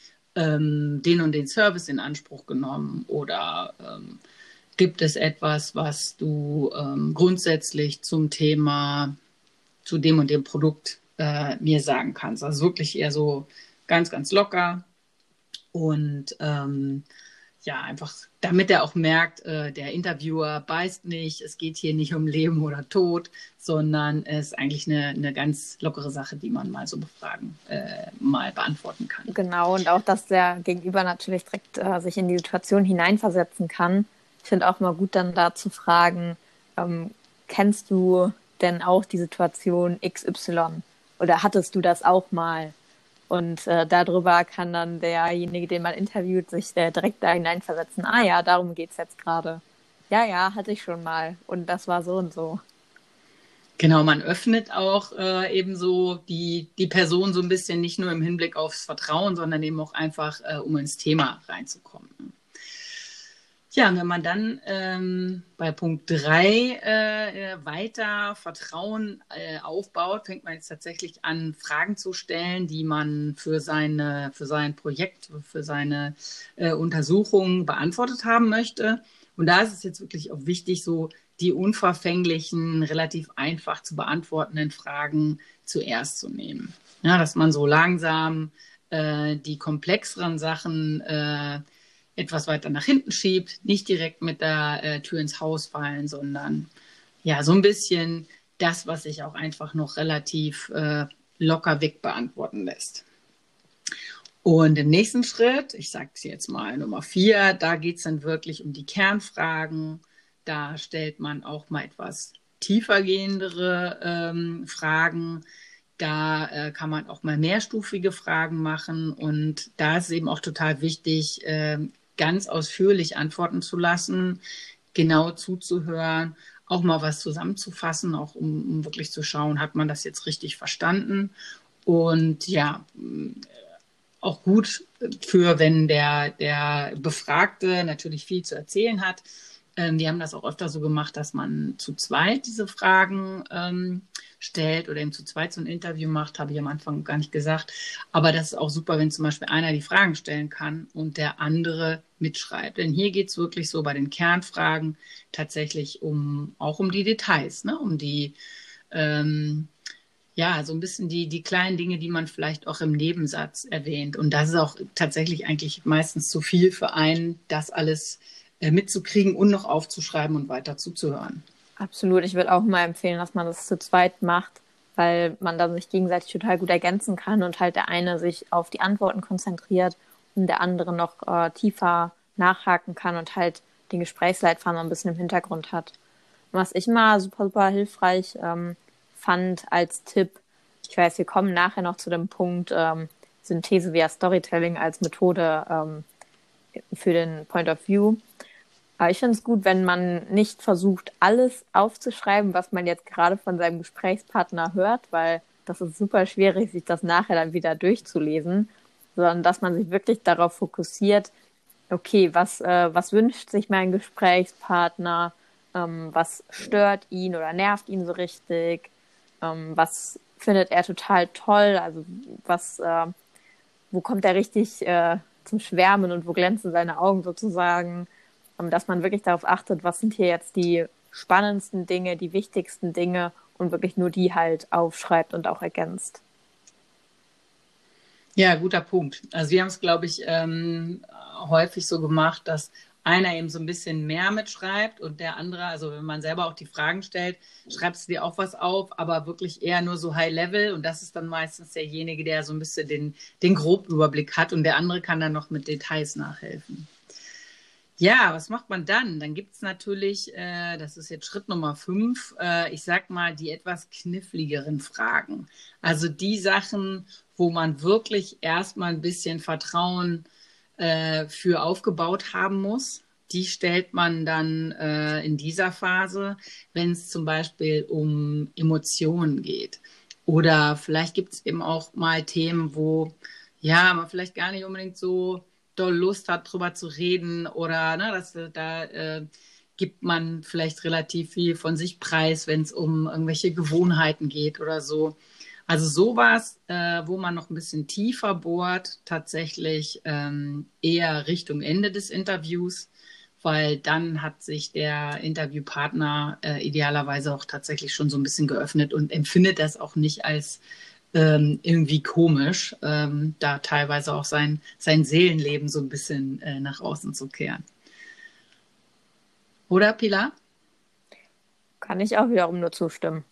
den und den Service in Anspruch genommen? Oder gibt es etwas, was du grundsätzlich zum Thema, zu dem und dem Produkt mir sagen kannst? Also wirklich eher so ganz, ganz locker und ja, einfach, damit er auch merkt, der Interviewer beißt nicht, es geht hier nicht um Leben oder Tod, sondern es ist eigentlich eine ganz lockere Sache, die man mal so mal beantworten kann. Genau, und auch, dass der Gegenüber natürlich direkt sich in die Situation hineinversetzen kann. Ich finde auch mal gut, dann da zu fragen, kennst du denn auch die Situation XY? Oder hattest du das auch mal? Und darüber kann dann derjenige, den man interviewt, sich direkt da hineinversetzen. Ah ja, darum geht's jetzt gerade. Ja, hatte ich schon mal. Und das war so und so. Genau, man öffnet auch eben so die Person so ein bisschen, nicht nur im Hinblick aufs Vertrauen, sondern eben auch einfach, um ins Thema reinzukommen. Ja, wenn man dann bei Punkt 3 weiter Vertrauen aufbaut, fängt man jetzt tatsächlich an, Fragen zu stellen, die man für sein Projekt, für seine Untersuchung beantwortet haben möchte. Und da ist es jetzt wirklich auch wichtig, so die unverfänglichen, relativ einfach zu beantwortenden Fragen zuerst zu nehmen. Ja, dass man so langsam die komplexeren Sachen etwas weiter nach hinten schiebt, nicht direkt mit der Tür ins Haus fallen, sondern ja, so ein bisschen das, was sich auch einfach noch relativ locker weg beantworten lässt. Und im nächsten Schritt, ich sage es jetzt mal Nummer 4, da geht es dann wirklich um die Kernfragen. Da stellt man auch mal etwas tiefergehendere Fragen. Da kann man auch mal mehrstufige Fragen machen. Und da ist es eben auch total wichtig, ganz ausführlich antworten zu lassen, genau zuzuhören, auch mal was zusammenzufassen, auch um wirklich zu schauen, hat man das jetzt richtig verstanden. Und ja, auch gut für, wenn der Befragte natürlich viel zu erzählen hat. Wir haben das auch öfter so gemacht, dass man zu zweit diese Fragen stellt oder eben zu zweit so ein Interview macht, habe ich am Anfang gar nicht gesagt. Aber das ist auch super, wenn zum Beispiel einer die Fragen stellen kann und der andere mitschreibt. Denn hier geht es wirklich so bei den Kernfragen tatsächlich auch um die Details, ne? Um die ja, so ein bisschen die kleinen Dinge, die man vielleicht auch im Nebensatz erwähnt. Und das ist auch tatsächlich eigentlich meistens zu viel für einen, das alles mitzukriegen und noch aufzuschreiben und weiter zuzuhören. Absolut. Ich würde auch mal empfehlen, dass man das zu zweit macht, weil man dann sich gegenseitig total gut ergänzen kann und halt der eine sich auf die Antworten konzentriert und der andere noch tiefer nachhaken kann und halt den Gesprächsleitfaden ein bisschen im Hintergrund hat. Und was ich mal super, super hilfreich fand als Tipp, ich weiß, wir kommen nachher noch zu dem Punkt Synthese via Storytelling als Methode für den Point of View. Aber ich finde es gut, wenn man nicht versucht, alles aufzuschreiben, was man jetzt gerade von seinem Gesprächspartner hört, weil das ist super schwierig, sich das nachher dann wieder durchzulesen, sondern dass man sich wirklich darauf fokussiert, okay, was wünscht sich mein Gesprächspartner, was stört ihn oder nervt ihn so richtig, was findet er total toll, also wo kommt er richtig zum Schwärmen und wo glänzen seine Augen sozusagen, dass man wirklich darauf achtet, was sind hier jetzt die spannendsten Dinge, die wichtigsten Dinge und wirklich nur die halt aufschreibt und auch ergänzt. Ja, guter Punkt. Also wir haben es, glaube ich, häufig so gemacht, dass einer eben so ein bisschen mehr mitschreibt und der andere, also wenn man selber auch die Fragen stellt, schreibst du dir auch was auf, aber wirklich eher nur so High Level und das ist dann meistens derjenige, der so ein bisschen den Grobüberblick hat und der andere kann dann noch mit Details nachhelfen. Ja, was macht man dann? Dann gibt es natürlich, das ist jetzt Schritt Nummer 5, ich sag mal, die etwas kniffligeren Fragen. Also die Sachen, wo man wirklich erstmal ein bisschen Vertrauen für aufgebaut haben muss. Die stellt man dann in dieser Phase, wenn es zum Beispiel um Emotionen geht. Oder vielleicht gibt es eben auch mal Themen, wo ja, man vielleicht gar nicht unbedingt so doll Lust hat, drüber zu reden oder ne, da gibt man vielleicht relativ viel von sich preis, wenn es um irgendwelche Gewohnheiten geht oder so. Also sowas, wo man noch ein bisschen tiefer bohrt, tatsächlich eher Richtung Ende des Interviews, weil dann hat sich der Interviewpartner idealerweise auch tatsächlich schon so ein bisschen geöffnet und empfindet das auch nicht als irgendwie komisch, da teilweise auch sein Seelenleben so ein bisschen nach außen zu kehren. Oder, Pilar? Kann ich auch wiederum nur zustimmen.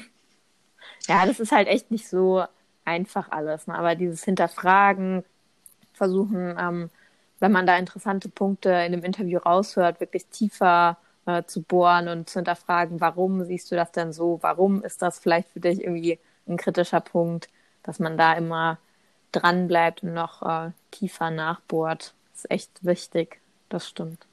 Ja, das ist halt echt nicht so einfach alles, ne? Aber dieses Hinterfragen, versuchen, wenn man da interessante Punkte in dem Interview raushört, wirklich tiefer zu bohren und zu hinterfragen, warum siehst du das denn so? Warum ist das vielleicht für dich irgendwie ein kritischer Punkt, dass man da immer dran bleibt und noch tiefer nachbohrt. Das ist echt wichtig, das stimmt.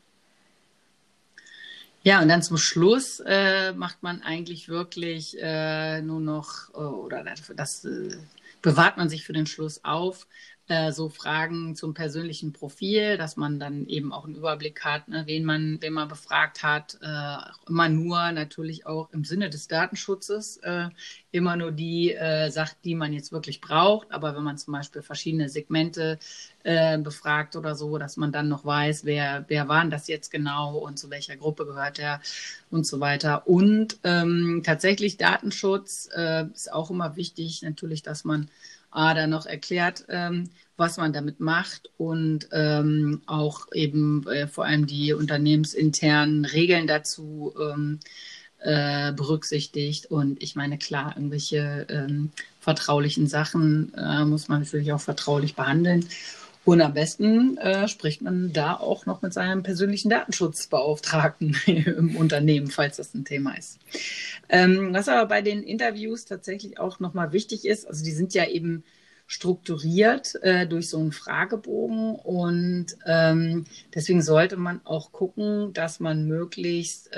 Ja, und dann zum Schluss macht man eigentlich wirklich nur noch, oder das bewahrt man sich für den Schluss auf, so Fragen zum persönlichen Profil, dass man dann eben auch einen Überblick hat, ne, wen man befragt hat. Immer nur natürlich auch im Sinne des Datenschutzes, immer nur die Sachen, die man jetzt wirklich braucht. Aber wenn man zum Beispiel verschiedene Segmente befragt oder so, dass man dann noch weiß, wer waren das jetzt genau und zu welcher Gruppe gehört er und so weiter. Und tatsächlich Datenschutz ist auch immer wichtig, natürlich, dass man da noch erklärt, was man damit macht und auch eben vor allem die unternehmensinternen Regeln dazu berücksichtigt. Und ich meine, klar, irgendwelche vertraulichen Sachen muss man natürlich auch vertraulich behandeln. Und am besten spricht man da auch noch mit seinem persönlichen Datenschutzbeauftragten im Unternehmen, falls das ein Thema ist. Was aber bei den Interviews tatsächlich auch nochmal wichtig ist, also die sind ja eben strukturiert durch so einen Fragebogen und deswegen sollte man auch gucken, dass man möglichst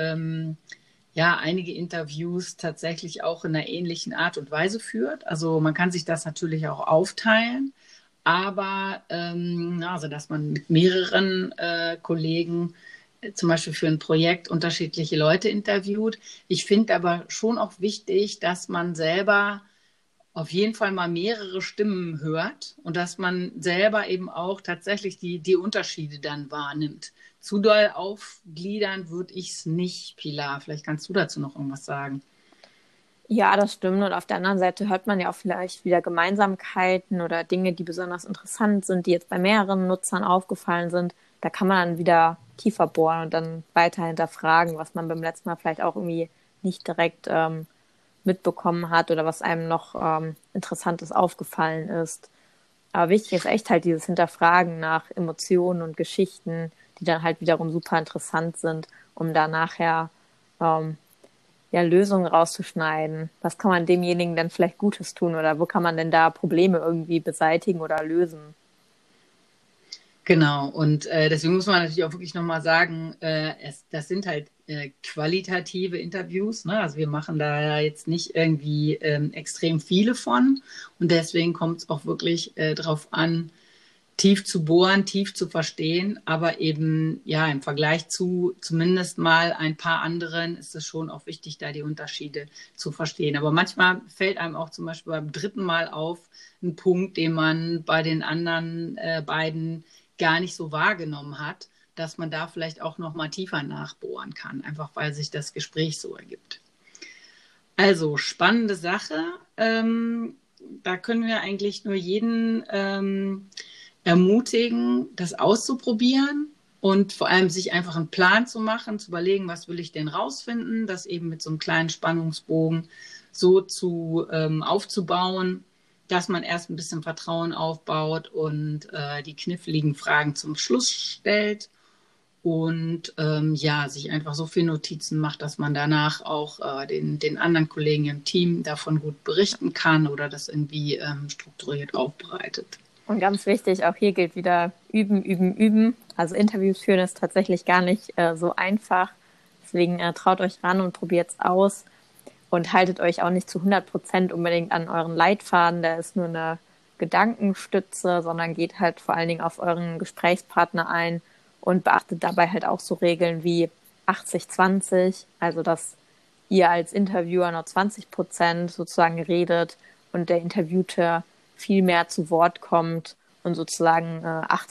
einige Interviews tatsächlich auch in einer ähnlichen Art und Weise führt. Also man kann sich das natürlich auch aufteilen, aber also dass man mit mehreren Kollegen zum Beispiel für ein Projekt unterschiedliche Leute interviewt. Ich finde aber schon auch wichtig, dass man selber auf jeden Fall mal mehrere Stimmen hört und dass man selber eben auch tatsächlich die Unterschiede dann wahrnimmt. Zu doll aufgliedern würde ich es nicht, Pilar. Vielleicht kannst du dazu noch irgendwas sagen. Ja, das stimmt. Und auf der anderen Seite hört man ja auch vielleicht wieder Gemeinsamkeiten oder Dinge, die besonders interessant sind, die jetzt bei mehreren Nutzern aufgefallen sind. Da kann man dann wieder tiefer bohren und dann weiter hinterfragen, was man beim letzten Mal vielleicht auch irgendwie nicht direkt mitbekommen hat oder was einem noch Interessantes aufgefallen ist. Aber wichtig ist echt halt dieses Hinterfragen nach Emotionen und Geschichten, die dann halt wiederum super interessant sind, um da nachher Lösungen rauszuschneiden. Was kann man demjenigen denn vielleicht Gutes tun oder wo kann man denn da Probleme irgendwie beseitigen oder lösen? Genau, und deswegen muss man natürlich auch wirklich nochmal sagen, das sind halt qualitative Interviews, ne? Also wir machen da ja jetzt nicht irgendwie extrem viele von und deswegen kommt es auch wirklich darauf an, tief zu bohren, tief zu verstehen, aber eben ja im Vergleich zu zumindest mal ein paar anderen ist es schon auch wichtig, da die Unterschiede zu verstehen. Aber manchmal fällt einem auch zum Beispiel beim dritten Mal auf ein Punkt, den man bei den anderen beiden gar nicht so wahrgenommen hat, dass man da vielleicht auch noch mal tiefer nachbohren kann, einfach weil sich das Gespräch so ergibt. Also spannende Sache. Da können wir eigentlich nur jeden ermutigen, das auszuprobieren und vor allem sich einfach einen Plan zu machen, zu überlegen, was will ich denn rausfinden, das eben mit so einem kleinen Spannungsbogen so aufzubauen, dass man erst ein bisschen Vertrauen aufbaut und die kniffligen Fragen zum Schluss stellt und ja, sich einfach so viel Notizen macht, dass man danach auch den anderen Kollegen im Team davon gut berichten kann oder das irgendwie strukturiert aufbereitet. Und ganz wichtig, auch hier gilt wieder üben, üben, üben. Also Interviews führen ist tatsächlich gar nicht so einfach. Deswegen traut euch ran und probiert es aus und haltet euch auch nicht zu 100% unbedingt an euren Leitfaden. Der ist nur eine Gedankenstütze, sondern geht halt vor allen Dingen auf euren Gesprächspartner ein und beachtet dabei halt auch so Regeln wie 80-20, also dass ihr als Interviewer nur 20% sozusagen redet und der Interviewte viel mehr zu Wort kommt und sozusagen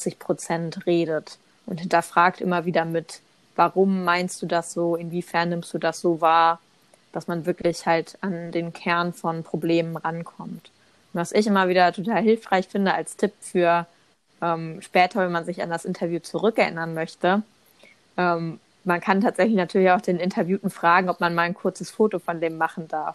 80% redet und hinterfragt immer wieder mit, warum meinst du das so, inwiefern nimmst du das so wahr, dass man wirklich halt an den Kern von Problemen rankommt. Und was ich immer wieder total hilfreich finde als Tipp für später, wenn man sich an das Interview zurückerinnern möchte, man kann tatsächlich natürlich auch den Interviewten fragen, ob man mal ein kurzes Foto von dem machen darf.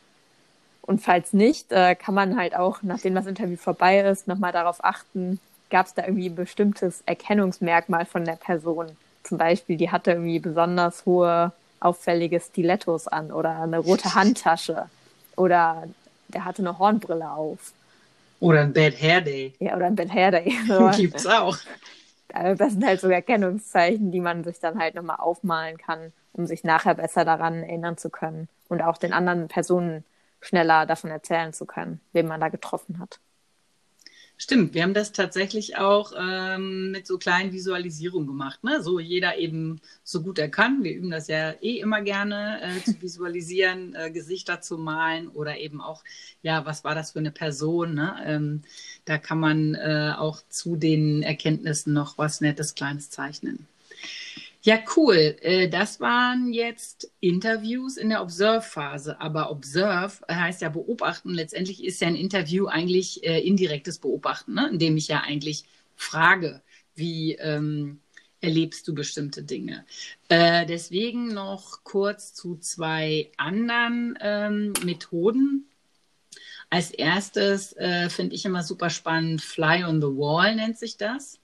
Und falls nicht, kann man halt auch, nachdem das Interview vorbei ist, nochmal darauf achten, gab es da irgendwie ein bestimmtes Erkennungsmerkmal von der Person. Zum Beispiel, die hatte irgendwie besonders hohe, auffällige Stilettos an oder eine rote Handtasche oder der hatte eine Hornbrille auf. Oder ein Bad Hair Day. Ja, oder ein Bad Hair Day. Gibt's auch. Das sind halt so Erkennungszeichen, die man sich dann halt nochmal aufmalen kann, um sich nachher besser daran erinnern zu können und auch den anderen Personen schneller davon erzählen zu können, wen man da getroffen hat. Stimmt, wir haben das tatsächlich auch mit so kleinen Visualisierungen gemacht. Ne? So jeder eben so gut er kann. Wir üben das ja immer gerne zu visualisieren, Gesichter zu malen oder eben auch, ja, was war das für eine Person? Ne? Da kann man auch zu den Erkenntnissen noch was Nettes, Kleines zeichnen. Ja, cool. Das waren jetzt Interviews in der Observe-Phase. Aber Observe heißt ja beobachten. Letztendlich ist ja ein Interview eigentlich indirektes Beobachten, ne? Indem ich ja eigentlich frage, wie erlebst du bestimmte Dinge. Deswegen noch kurz zu zwei anderen Methoden. Als erstes finde ich immer super spannend, Fly on the Wall nennt sich das.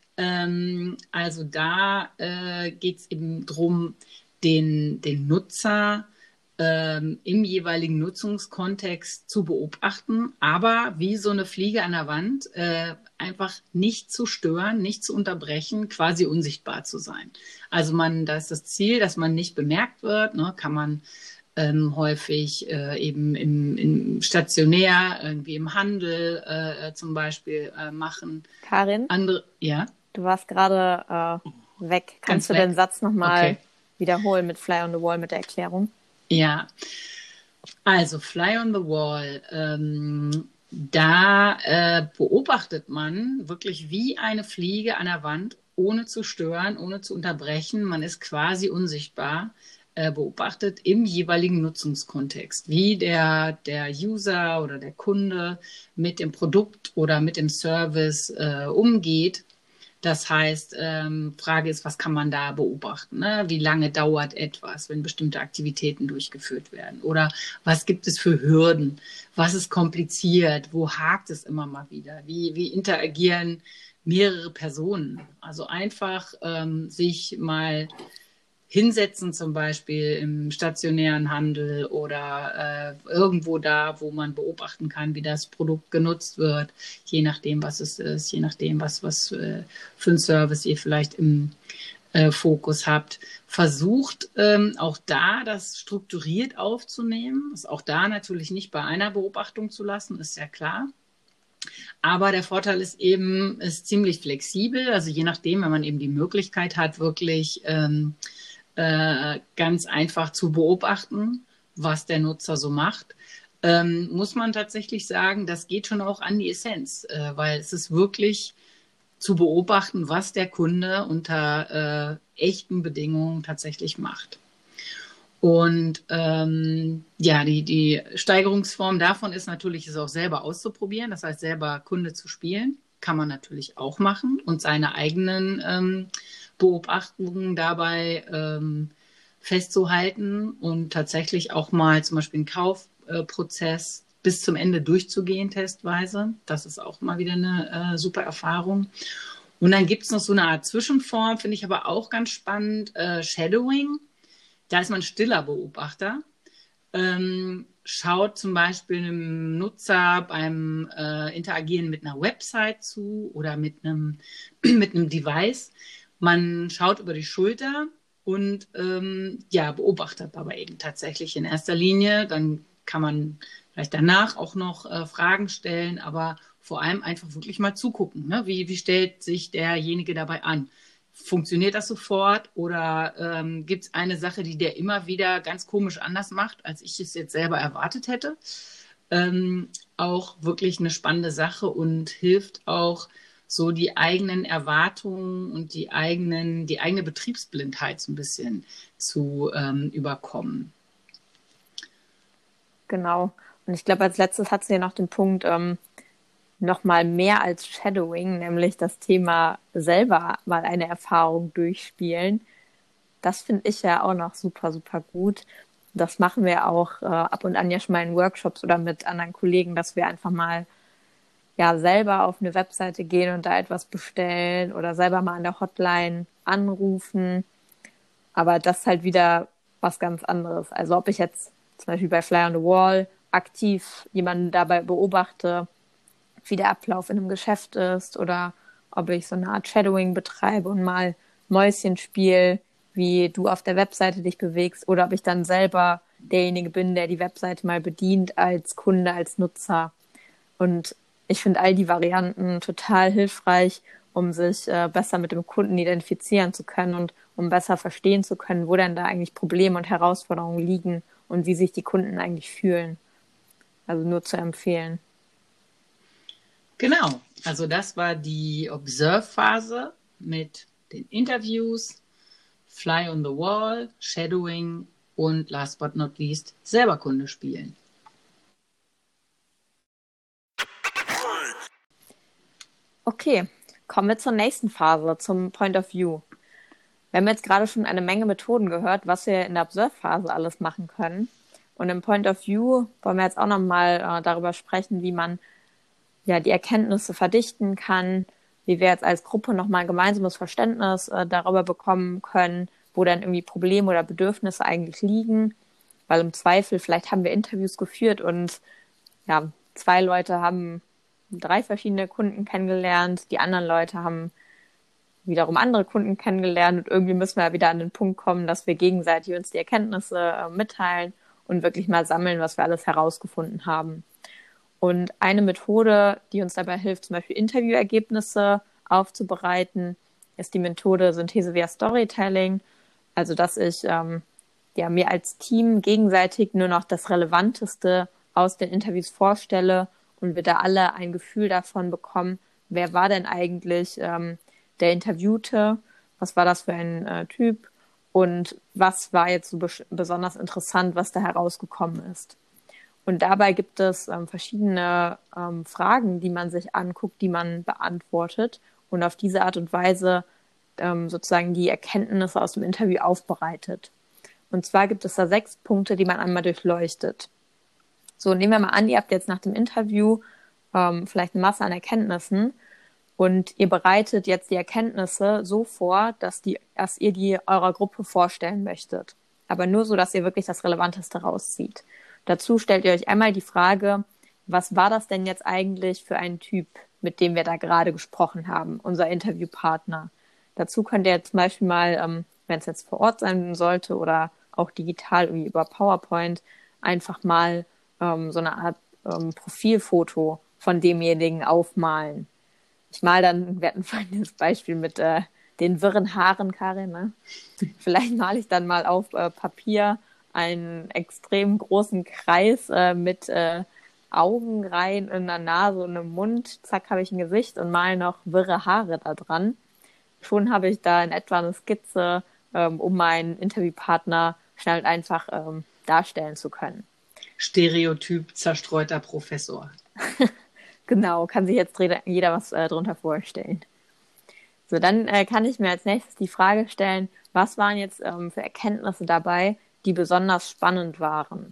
Also da geht es eben darum, den Nutzer im jeweiligen Nutzungskontext zu beobachten, aber wie so eine Fliege an der Wand einfach nicht zu stören, nicht zu unterbrechen, quasi unsichtbar zu sein. Also da ist das Ziel, dass man nicht bemerkt wird, ne, kann man häufig eben im Stationär, irgendwie im Handel zum Beispiel machen. Karin? Ja? Du warst gerade weg. Kannst du den Satz nochmal wiederholen mit Fly on the Wall, mit der Erklärung? Ja, also Fly on the Wall, da beobachtet man wirklich wie eine Fliege an der Wand, ohne zu stören, ohne zu unterbrechen. Man ist quasi unsichtbar, beobachtet im jeweiligen Nutzungskontext, wie der User oder der Kunde mit dem Produkt oder mit dem Service umgeht. Das heißt, Frage ist, was kann man da beobachten? Ne? Wie lange dauert etwas, wenn bestimmte Aktivitäten durchgeführt werden? Oder was gibt es für Hürden? Was ist kompliziert? Wo hakt es immer mal wieder? Wie interagieren mehrere Personen? Also einfach sich mal hinsetzen, zum Beispiel im stationären Handel oder irgendwo da, wo man beobachten kann, wie das Produkt genutzt wird, je nachdem, was es ist, je nachdem, was für ein Service ihr vielleicht im Fokus habt. Versucht auch da das strukturiert aufzunehmen, ist auch da natürlich nicht bei einer Beobachtung zu lassen, ist ja klar. Aber der Vorteil ist eben, ist ziemlich flexibel, also je nachdem, wenn man eben die Möglichkeit hat, wirklich ganz einfach zu beobachten, was der Nutzer so macht, muss man tatsächlich sagen, das geht schon auch an die Essenz, weil es ist wirklich zu beobachten, was der Kunde unter echten Bedingungen tatsächlich macht. Und ja, die Steigerungsform davon ist natürlich, es auch selber auszuprobieren, das heißt selber Kunde zu spielen, kann man natürlich auch machen und seine eigenen Beobachtungen dabei festzuhalten und tatsächlich auch mal zum Beispiel einen Kaufprozess bis zum Ende durchzugehen, testweise. Das ist auch mal wieder eine super Erfahrung. Und dann gibt es noch so eine Art Zwischenform, finde ich aber auch ganz spannend, Shadowing. Da ist man stiller Beobachter, schaut zum Beispiel einem Nutzer beim Interagieren mit einer Website zu oder mit einem Device. Man schaut über die Schulter und ja, beobachtet aber eben tatsächlich in erster Linie. Dann kann man vielleicht danach auch noch Fragen stellen, aber vor allem einfach wirklich mal zugucken. Ne? Wie stellt sich derjenige dabei an? Funktioniert das sofort oder gibt es eine Sache, die der immer wieder ganz komisch anders macht, als ich es jetzt selber erwartet hätte? Auch wirklich eine spannende Sache und hilft auch, so die eigenen Erwartungen und die eigene Betriebsblindheit so ein bisschen zu überkommen. Genau. Und ich glaube, als letztes hat sie ja noch den Punkt, noch mal mehr als Shadowing, nämlich das Thema selber mal eine Erfahrung durchspielen. Das finde ich ja auch noch super, super gut. Das machen wir auch ab und an ja schon mal in Workshops oder mit anderen Kollegen, dass wir einfach mal ja selber auf eine Webseite gehen und da etwas bestellen oder selber mal an der Hotline anrufen. Aber das ist halt wieder was ganz anderes. Also ob ich jetzt zum Beispiel bei Fly on the Wall aktiv jemanden dabei beobachte, wie der Ablauf in einem Geschäft ist oder ob ich so eine Art Shadowing betreibe und mal Mäuschen spiele, wie du auf der Webseite dich bewegst oder ob ich dann selber derjenige bin, der die Webseite mal bedient als Kunde, als Nutzer. Und ich finde all die Varianten total hilfreich, um sich besser mit dem Kunden identifizieren zu können und um besser verstehen zu können, wo denn da eigentlich Probleme und Herausforderungen liegen und wie sich die Kunden eigentlich fühlen. Also nur zu empfehlen. Genau, also das war die Observe-Phase mit den Interviews, Fly on the Wall, Shadowing und last but not least selber Kunde spielen. Okay, kommen wir zur nächsten Phase, zum Point of View. Wir haben jetzt gerade schon eine Menge Methoden gehört, was wir in der Observe-Phase alles machen können. Und im Point of View wollen wir jetzt auch nochmal darüber sprechen, wie man ja die Erkenntnisse verdichten kann, wie wir jetzt als Gruppe nochmal ein gemeinsames Verständnis darüber bekommen können, wo dann irgendwie Probleme oder Bedürfnisse eigentlich liegen. Weil im Zweifel, vielleicht haben wir Interviews geführt und ja, 2 Leute haben 3 verschiedene Kunden kennengelernt, die anderen Leute haben wiederum andere Kunden kennengelernt und irgendwie müssen wir wieder an den Punkt kommen, dass wir gegenseitig uns die Erkenntnisse mitteilen und wirklich mal sammeln, was wir alles herausgefunden haben. Und eine Methode, die uns dabei hilft, zum Beispiel Interviewergebnisse aufzubereiten, ist die Methode Synthese via Storytelling. Also dass ich mir als Team gegenseitig nur noch das Relevanteste aus den Interviews vorstelle und wir da alle ein Gefühl davon bekommen, wer war denn eigentlich der Interviewte, was war das für ein Typ und was war jetzt so besonders interessant, was da herausgekommen ist. Und dabei gibt es verschiedene Fragen, die man sich anguckt, die man beantwortet und auf diese Art und Weise sozusagen die Erkenntnisse aus dem Interview aufbereitet. Und zwar gibt es da 6 Punkte, die man einmal durchleuchtet. So, nehmen wir mal an, ihr habt jetzt nach dem Interview vielleicht eine Masse an Erkenntnissen Und ihr bereitet jetzt die Erkenntnisse so vor, dass ihr die eurer Gruppe vorstellen möchtet. Aber nur so, dass ihr wirklich das Relevanteste rauszieht. Dazu stellt ihr euch einmal die Frage, was war das denn jetzt eigentlich für ein Typ, mit dem wir da gerade gesprochen haben, unser Interviewpartner? Dazu könnt ihr zum Beispiel mal, wenn es jetzt vor Ort sein sollte oder auch digital irgendwie über PowerPoint, einfach mal so eine Art Profilfoto von demjenigen aufmalen. Ich mal dann, wir hatten vorhin das Beispiel mit den wirren Haaren, Karin, ne? Vielleicht male ich dann mal auf Papier einen extrem großen Kreis mit Augenreihen in der Nase und im Mund. Zack, habe ich ein Gesicht und mal noch wirre Haare da dran. Schon habe ich da in etwa eine Skizze, um meinen Interviewpartner schnell und einfach darstellen zu können. Stereotyp zerstreuter Professor. Genau, kann sich jetzt jeder was drunter vorstellen. So, dann kann ich mir als nächstes die Frage stellen, was waren jetzt für Erkenntnisse dabei, die besonders spannend waren?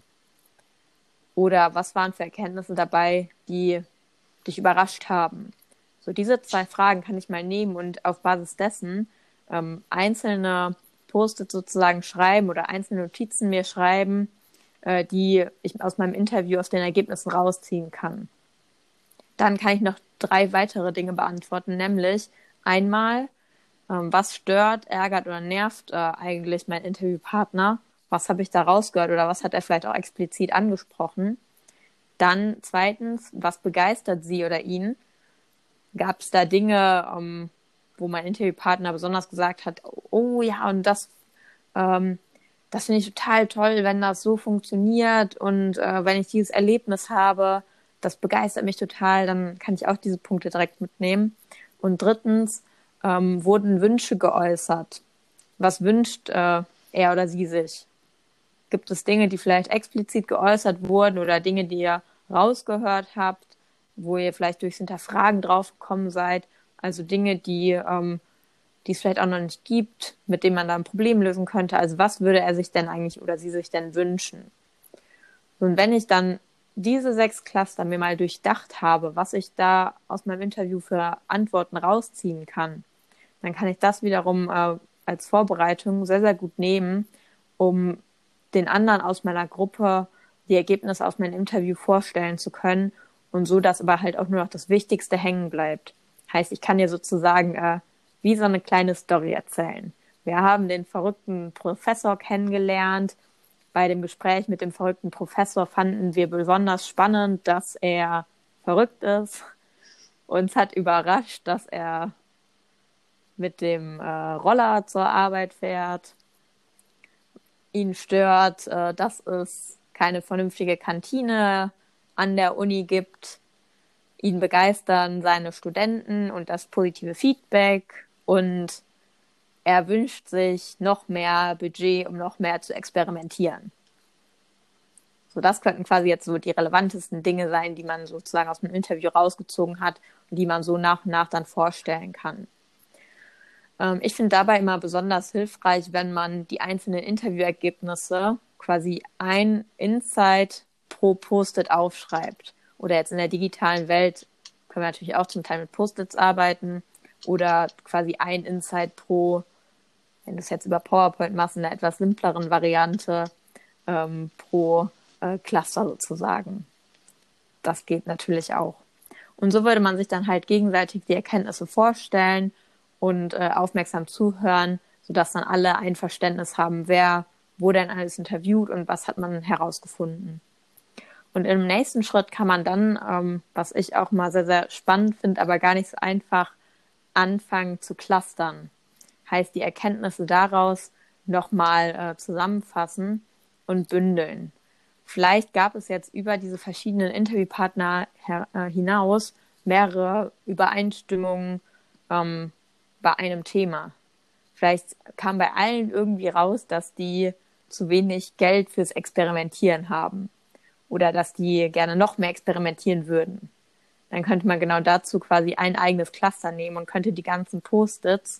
Oder was waren für Erkenntnisse dabei, die dich überrascht haben? So, diese 2 Fragen kann ich mal nehmen und auf Basis dessen einzelne Post-its sozusagen schreiben oder einzelne Notizen mir schreiben, die ich aus meinem Interview, aus den Ergebnissen rausziehen kann. Dann kann ich noch 3 weitere Dinge beantworten, nämlich einmal, was stört, ärgert oder nervt eigentlich mein Interviewpartner? Was habe ich da rausgehört oder was hat er vielleicht auch explizit angesprochen? Dann zweitens, was begeistert sie oder ihn? Gab es da Dinge, wo mein Interviewpartner besonders gesagt hat, oh ja, und das finde ich total toll, wenn das so funktioniert und wenn ich dieses Erlebnis habe, das begeistert mich total, dann kann ich auch diese Punkte direkt mitnehmen. Und drittens, wurden Wünsche geäußert. Was wünscht er oder sie sich? Gibt es Dinge, die vielleicht explizit geäußert wurden oder Dinge, die ihr rausgehört habt, wo ihr vielleicht durchs Hinterfragen draufgekommen seid? Also Dinge, die es vielleicht auch noch nicht gibt, mit denen man da ein Problem lösen könnte. Also was würde er sich denn eigentlich oder sie sich denn wünschen? Und wenn ich dann diese 6 Cluster mir mal durchdacht habe, was ich da aus meinem Interview für Antworten rausziehen kann, dann kann ich das wiederum als Vorbereitung sehr, sehr gut nehmen, um den anderen aus meiner Gruppe die Ergebnisse aus meinem Interview vorstellen zu können und so, dass aber halt auch nur noch das Wichtigste hängen bleibt. Heißt, ich kann dir sozusagen wie so eine kleine Story erzählen. Wir haben den verrückten Professor kennengelernt. Bei dem Gespräch mit dem verrückten Professor fanden wir besonders spannend, dass er verrückt ist. Uns hat überrascht, dass er mit dem Roller zur Arbeit fährt. Ihn stört, dass es keine vernünftige Kantine an der Uni gibt. Ihn begeistern seine Studenten und das positive Feedback. Und er wünscht sich noch mehr Budget, um noch mehr zu experimentieren. So, das könnten quasi jetzt so die relevantesten Dinge sein, die man sozusagen aus dem Interview rausgezogen hat und die man so nach und nach dann vorstellen kann. Ich finde dabei immer besonders hilfreich, wenn man die einzelnen Interviewergebnisse quasi ein Insight pro Post-it aufschreibt. Oder jetzt in der digitalen Welt können wir natürlich auch zum Teil mit Post-its arbeiten oder quasi ein Insight pro, wenn du es jetzt über PowerPoint machst, in einer etwas simpleren Variante pro Cluster sozusagen. Das geht natürlich auch. Und so würde man sich dann halt gegenseitig die Erkenntnisse vorstellen und aufmerksam zuhören, sodass dann alle ein Verständnis haben, wer wurde denn alles interviewt und was hat man herausgefunden. Und im nächsten Schritt kann man dann, was ich auch mal sehr, sehr spannend finde, aber gar nicht so einfach, anfangen zu clustern. Heißt, die Erkenntnisse daraus nochmal zusammenfassen und bündeln. Vielleicht gab es jetzt über diese verschiedenen Interviewpartner hinaus mehrere Übereinstimmungen bei einem Thema. Vielleicht kam bei allen irgendwie raus, dass die zu wenig Geld fürs Experimentieren haben oder dass die gerne noch mehr experimentieren würden. Dann könnte man genau dazu quasi ein eigenes Cluster nehmen und könnte die ganzen Post-its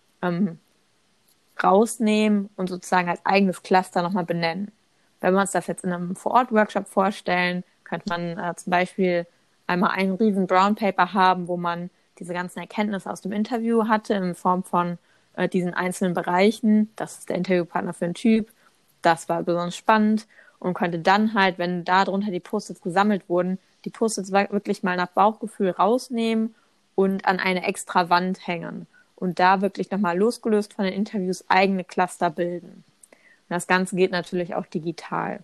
rausnehmen und sozusagen als eigenes Cluster nochmal benennen. Wenn wir uns das jetzt in einem Vor-Ort-Workshop vorstellen, könnte man zum Beispiel einmal einen riesen Brown Paper haben, wo man diese ganzen Erkenntnisse aus dem Interview hatte in Form von diesen einzelnen Bereichen. Das ist der Interviewpartner für einen Typ. Das war besonders spannend und konnte dann halt, wenn darunter die Post-its gesammelt wurden, die Post-its wirklich mal nach Bauchgefühl rausnehmen und an eine extra Wand hängen und da wirklich nochmal losgelöst von den Interviews eigene Cluster bilden. Und das Ganze geht natürlich auch digital.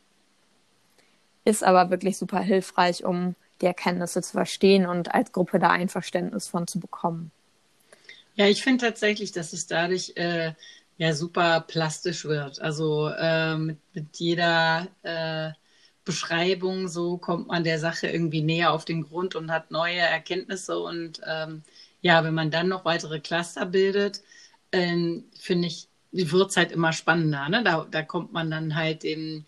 Ist aber wirklich super hilfreich, um die Erkenntnisse zu verstehen und als Gruppe da ein Verständnis von zu bekommen. Ja, ich finde tatsächlich, dass es dadurch super plastisch wird. Also mit jeder Beschreibung so kommt man der Sache irgendwie näher auf den Grund und hat neue Erkenntnisse. Und wenn man dann noch weitere Cluster bildet, finde ich, wird es halt immer spannender. Ne? Da kommt man dann halt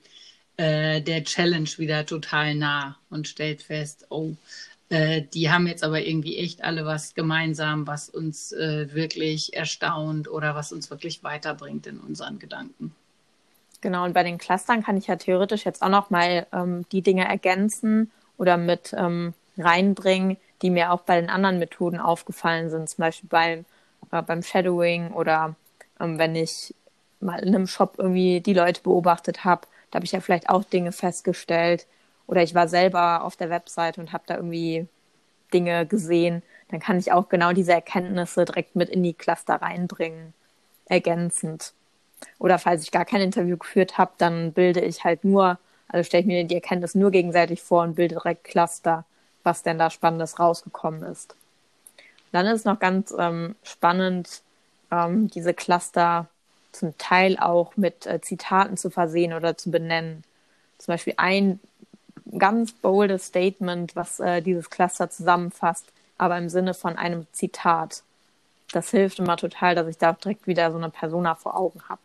der Challenge wieder total nah und stellt fest, die haben jetzt aber irgendwie echt alle was gemeinsam, was uns wirklich erstaunt oder was uns wirklich weiterbringt in unseren Gedanken. Genau, und bei den Clustern kann ich ja theoretisch jetzt auch noch mal die Dinge ergänzen oder mit reinbringen, die mir auch bei den anderen Methoden aufgefallen sind, zum Beispiel beim Shadowing oder wenn ich mal in einem Shop irgendwie die Leute beobachtet habe, da habe ich ja vielleicht auch Dinge festgestellt oder ich war selber auf der Webseite und habe da irgendwie Dinge gesehen, dann kann ich auch genau diese Erkenntnisse direkt mit in die Cluster reinbringen, ergänzend. Oder falls ich gar kein Interview geführt habe, dann bilde ich halt stelle ich mir die Erkenntnis nur gegenseitig vor und bilde direkt Cluster, was denn da Spannendes rausgekommen ist. Dann ist noch ganz spannend, diese Cluster zum Teil auch mit Zitaten zu versehen oder zu benennen. Zum Beispiel ein ganz boldes Statement, was dieses Cluster zusammenfasst, aber im Sinne von einem Zitat. Das hilft immer total, dass ich da direkt wieder so eine Persona vor Augen habe.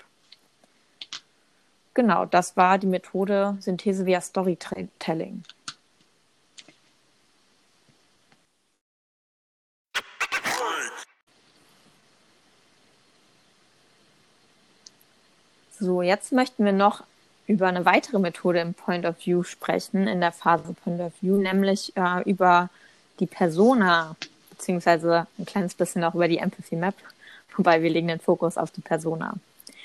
Genau, das war die Methode Synthese via Storytelling. So, jetzt möchten wir noch über eine weitere Methode im Point of View sprechen, in der Phase Point of View, nämlich über die Persona, beziehungsweise ein kleines bisschen auch über die Empathy Map, wobei wir legen den Fokus auf die Persona.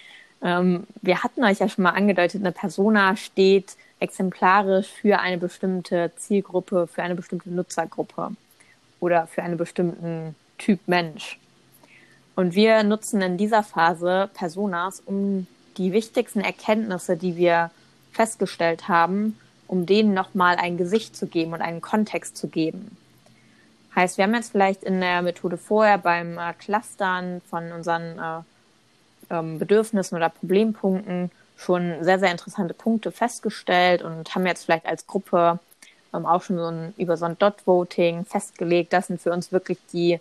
Wir hatten euch ja schon mal angedeutet, eine Persona steht exemplarisch für eine bestimmte Zielgruppe, für eine bestimmte Nutzergruppe oder für einen bestimmten Typ Mensch. Und wir nutzen in dieser Phase Personas, um die wichtigsten Erkenntnisse, die wir festgestellt haben, um denen nochmal ein Gesicht zu geben und einen Kontext zu geben. Heißt, wir haben jetzt vielleicht in der Methode vorher beim Clustern von unseren Bedürfnissen oder Problempunkten schon sehr, sehr interessante Punkte festgestellt und haben jetzt vielleicht als Gruppe auch schon über so ein Dot-Voting festgelegt. Das sind für uns wirklich die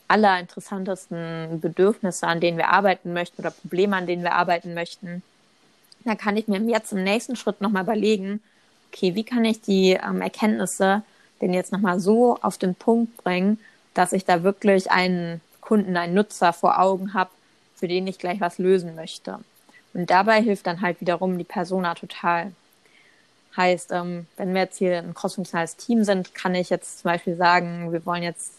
allerinteressantesten Bedürfnisse, an denen wir arbeiten möchten oder Probleme, an denen wir arbeiten möchten. Da kann ich mir jetzt im nächsten Schritt nochmal überlegen, okay, wie kann ich die Erkenntnisse denn jetzt nochmal so auf den Punkt bringen, dass ich da wirklich einen Kunden, einen Nutzer vor Augen habe, für den ich gleich was lösen möchte. Und dabei hilft dann halt wiederum die Persona total. Heißt, wenn wir jetzt hier ein crossfunktionales Team sind, kann ich jetzt zum Beispiel sagen, wir wollen jetzt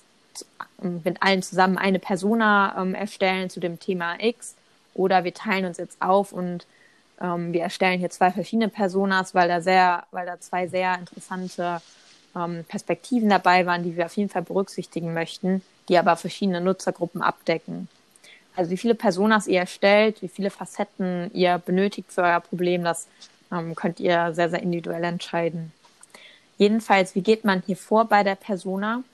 mit allen zusammen eine Persona erstellen zu dem Thema X, oder wir teilen uns jetzt auf und wir erstellen hier 2 verschiedene Personas, weil da 2 sehr interessante Perspektiven dabei waren, die wir auf jeden Fall berücksichtigen möchten, die aber verschiedene Nutzergruppen abdecken. Also wie viele Personas ihr erstellt, wie viele Facetten ihr benötigt für euer Problem, das könnt ihr sehr, sehr individuell entscheiden. Jedenfalls, wie geht man hier vor bei der Persona?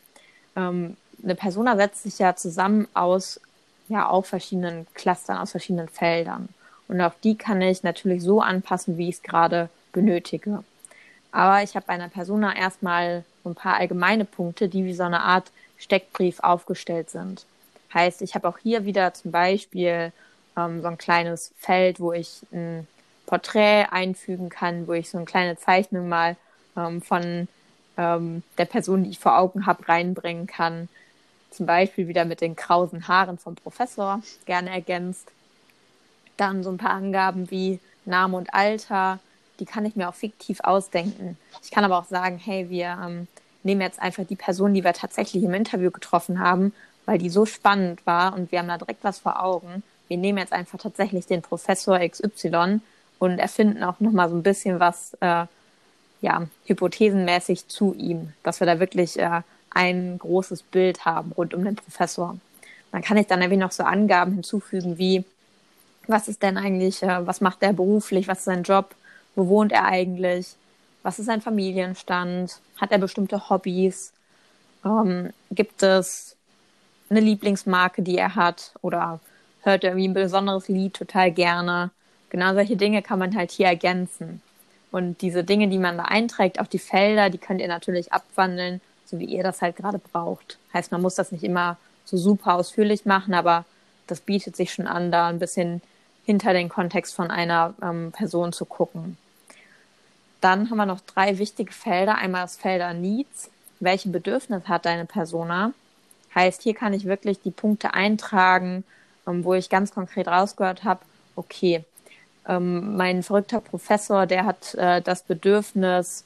Eine Persona setzt sich ja zusammen aus auch verschiedenen Clustern, aus verschiedenen Feldern. Und auch die kann ich natürlich so anpassen, wie ich es gerade benötige. Aber ich habe bei einer Persona erstmal ein paar allgemeine Punkte, die wie so eine Art Steckbrief aufgestellt sind. Heißt, ich habe auch hier wieder zum Beispiel so ein kleines Feld, wo ich ein Porträt einfügen kann, wo ich so eine kleine Zeichnung mal von der Person, die ich vor Augen habe, reinbringen kann. Zum Beispiel wieder mit den krausen Haaren vom Professor, gerne ergänzt. Dann so ein paar Angaben wie Name und Alter, die kann ich mir auch fiktiv ausdenken. Ich kann aber auch sagen, hey, wir nehmen jetzt einfach die Person, die wir tatsächlich im Interview getroffen haben, weil die so spannend war und wir haben da direkt was vor Augen. Wir nehmen jetzt einfach tatsächlich den Professor XY und erfinden auch nochmal so ein bisschen was hypothesenmäßig zu ihm, dass wir da wirklich ein großes Bild haben rund um den Professor. Dann kann ich dann irgendwie noch so Angaben hinzufügen wie, was ist denn eigentlich, was macht er beruflich, was ist sein Job, wo wohnt er eigentlich, was ist sein Familienstand, hat er bestimmte Hobbys, gibt es eine Lieblingsmarke, die er hat oder hört er irgendwie ein besonderes Lied total gerne. Genau solche Dinge kann man halt hier ergänzen. Und diese Dinge, die man da einträgt, auch die Felder, die könnt ihr natürlich abwandeln, so wie ihr das halt gerade braucht. Heißt, man muss das nicht immer so super ausführlich machen, aber das bietet sich schon an, da ein bisschen hinter den Kontext von einer Person zu gucken. Dann haben wir noch 3 wichtige Felder. Einmal das Felder Needs. Welche Bedürfnisse hat deine Persona? Heißt, hier kann ich wirklich die Punkte eintragen, wo ich ganz konkret rausgehört habe, okay, mein verrückter Professor, der hat das Bedürfnis,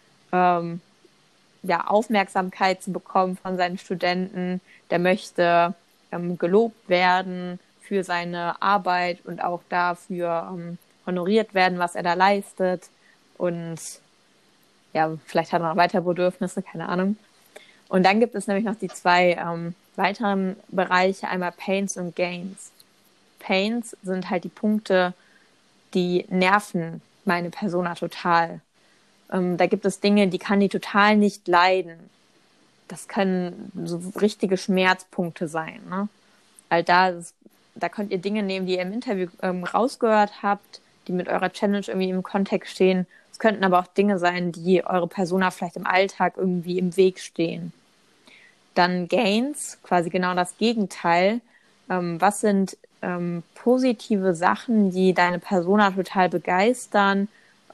Aufmerksamkeit zu bekommen von seinen Studenten. Der möchte gelobt werden für seine Arbeit und auch dafür honoriert werden, was er da leistet. Und ja, vielleicht hat er noch weitere Bedürfnisse, keine Ahnung. Und dann gibt es nämlich noch die 2 weiteren Bereiche, einmal Pains und Gains. Pains sind halt die Punkte, die nerven meine Persona total. Da gibt es Dinge, die kann die total nicht leiden. Das können so richtige Schmerzpunkte sein. Ne? Weil da könnt ihr Dinge nehmen, die ihr im Interview rausgehört habt, die mit eurer Challenge irgendwie im Kontext stehen. Es könnten aber auch Dinge sein, die eure Persona vielleicht im Alltag irgendwie im Weg stehen. Dann Gains, quasi genau das Gegenteil. Was sind positive Sachen, die deine Persona total begeistern,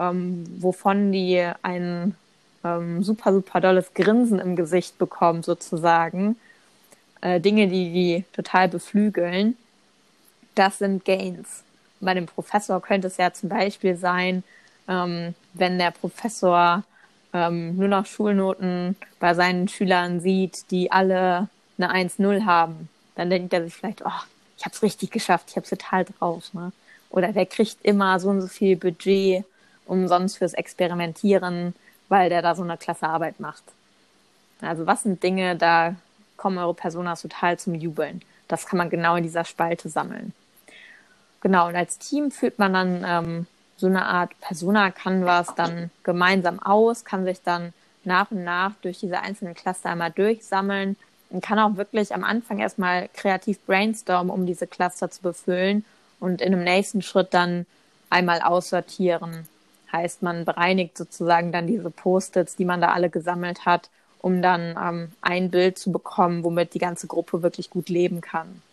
wovon die ein super, super dolles Grinsen im Gesicht bekommen sozusagen. Dinge, die total beflügeln. Das sind Gains. Bei dem Professor könnte es ja zum Beispiel sein, wenn der Professor nur noch Schulnoten bei seinen Schülern sieht, die alle eine 1,0 haben. Dann denkt er sich vielleicht, oh, ich habe es richtig geschafft, ich habe es total drauf. Ne? Oder der kriegt immer so und so viel Budget umsonst fürs Experimentieren, weil der da so eine klasse Arbeit macht. Also was sind Dinge, da kommen eure Personas total zum Jubeln. Das kann man genau in dieser Spalte sammeln. Genau, und als Team führt man dann so eine Art Persona-Canvas dann gemeinsam aus, kann sich dann nach und nach durch diese einzelnen Cluster einmal durchsammeln und kann auch wirklich am Anfang erstmal kreativ brainstormen, um diese Cluster zu befüllen und in einem nächsten Schritt dann einmal aussortieren. Heißt, man bereinigt sozusagen dann diese Post-its, die man da alle gesammelt hat, um dann ein Bild zu bekommen, womit die ganze Gruppe wirklich gut leben kann.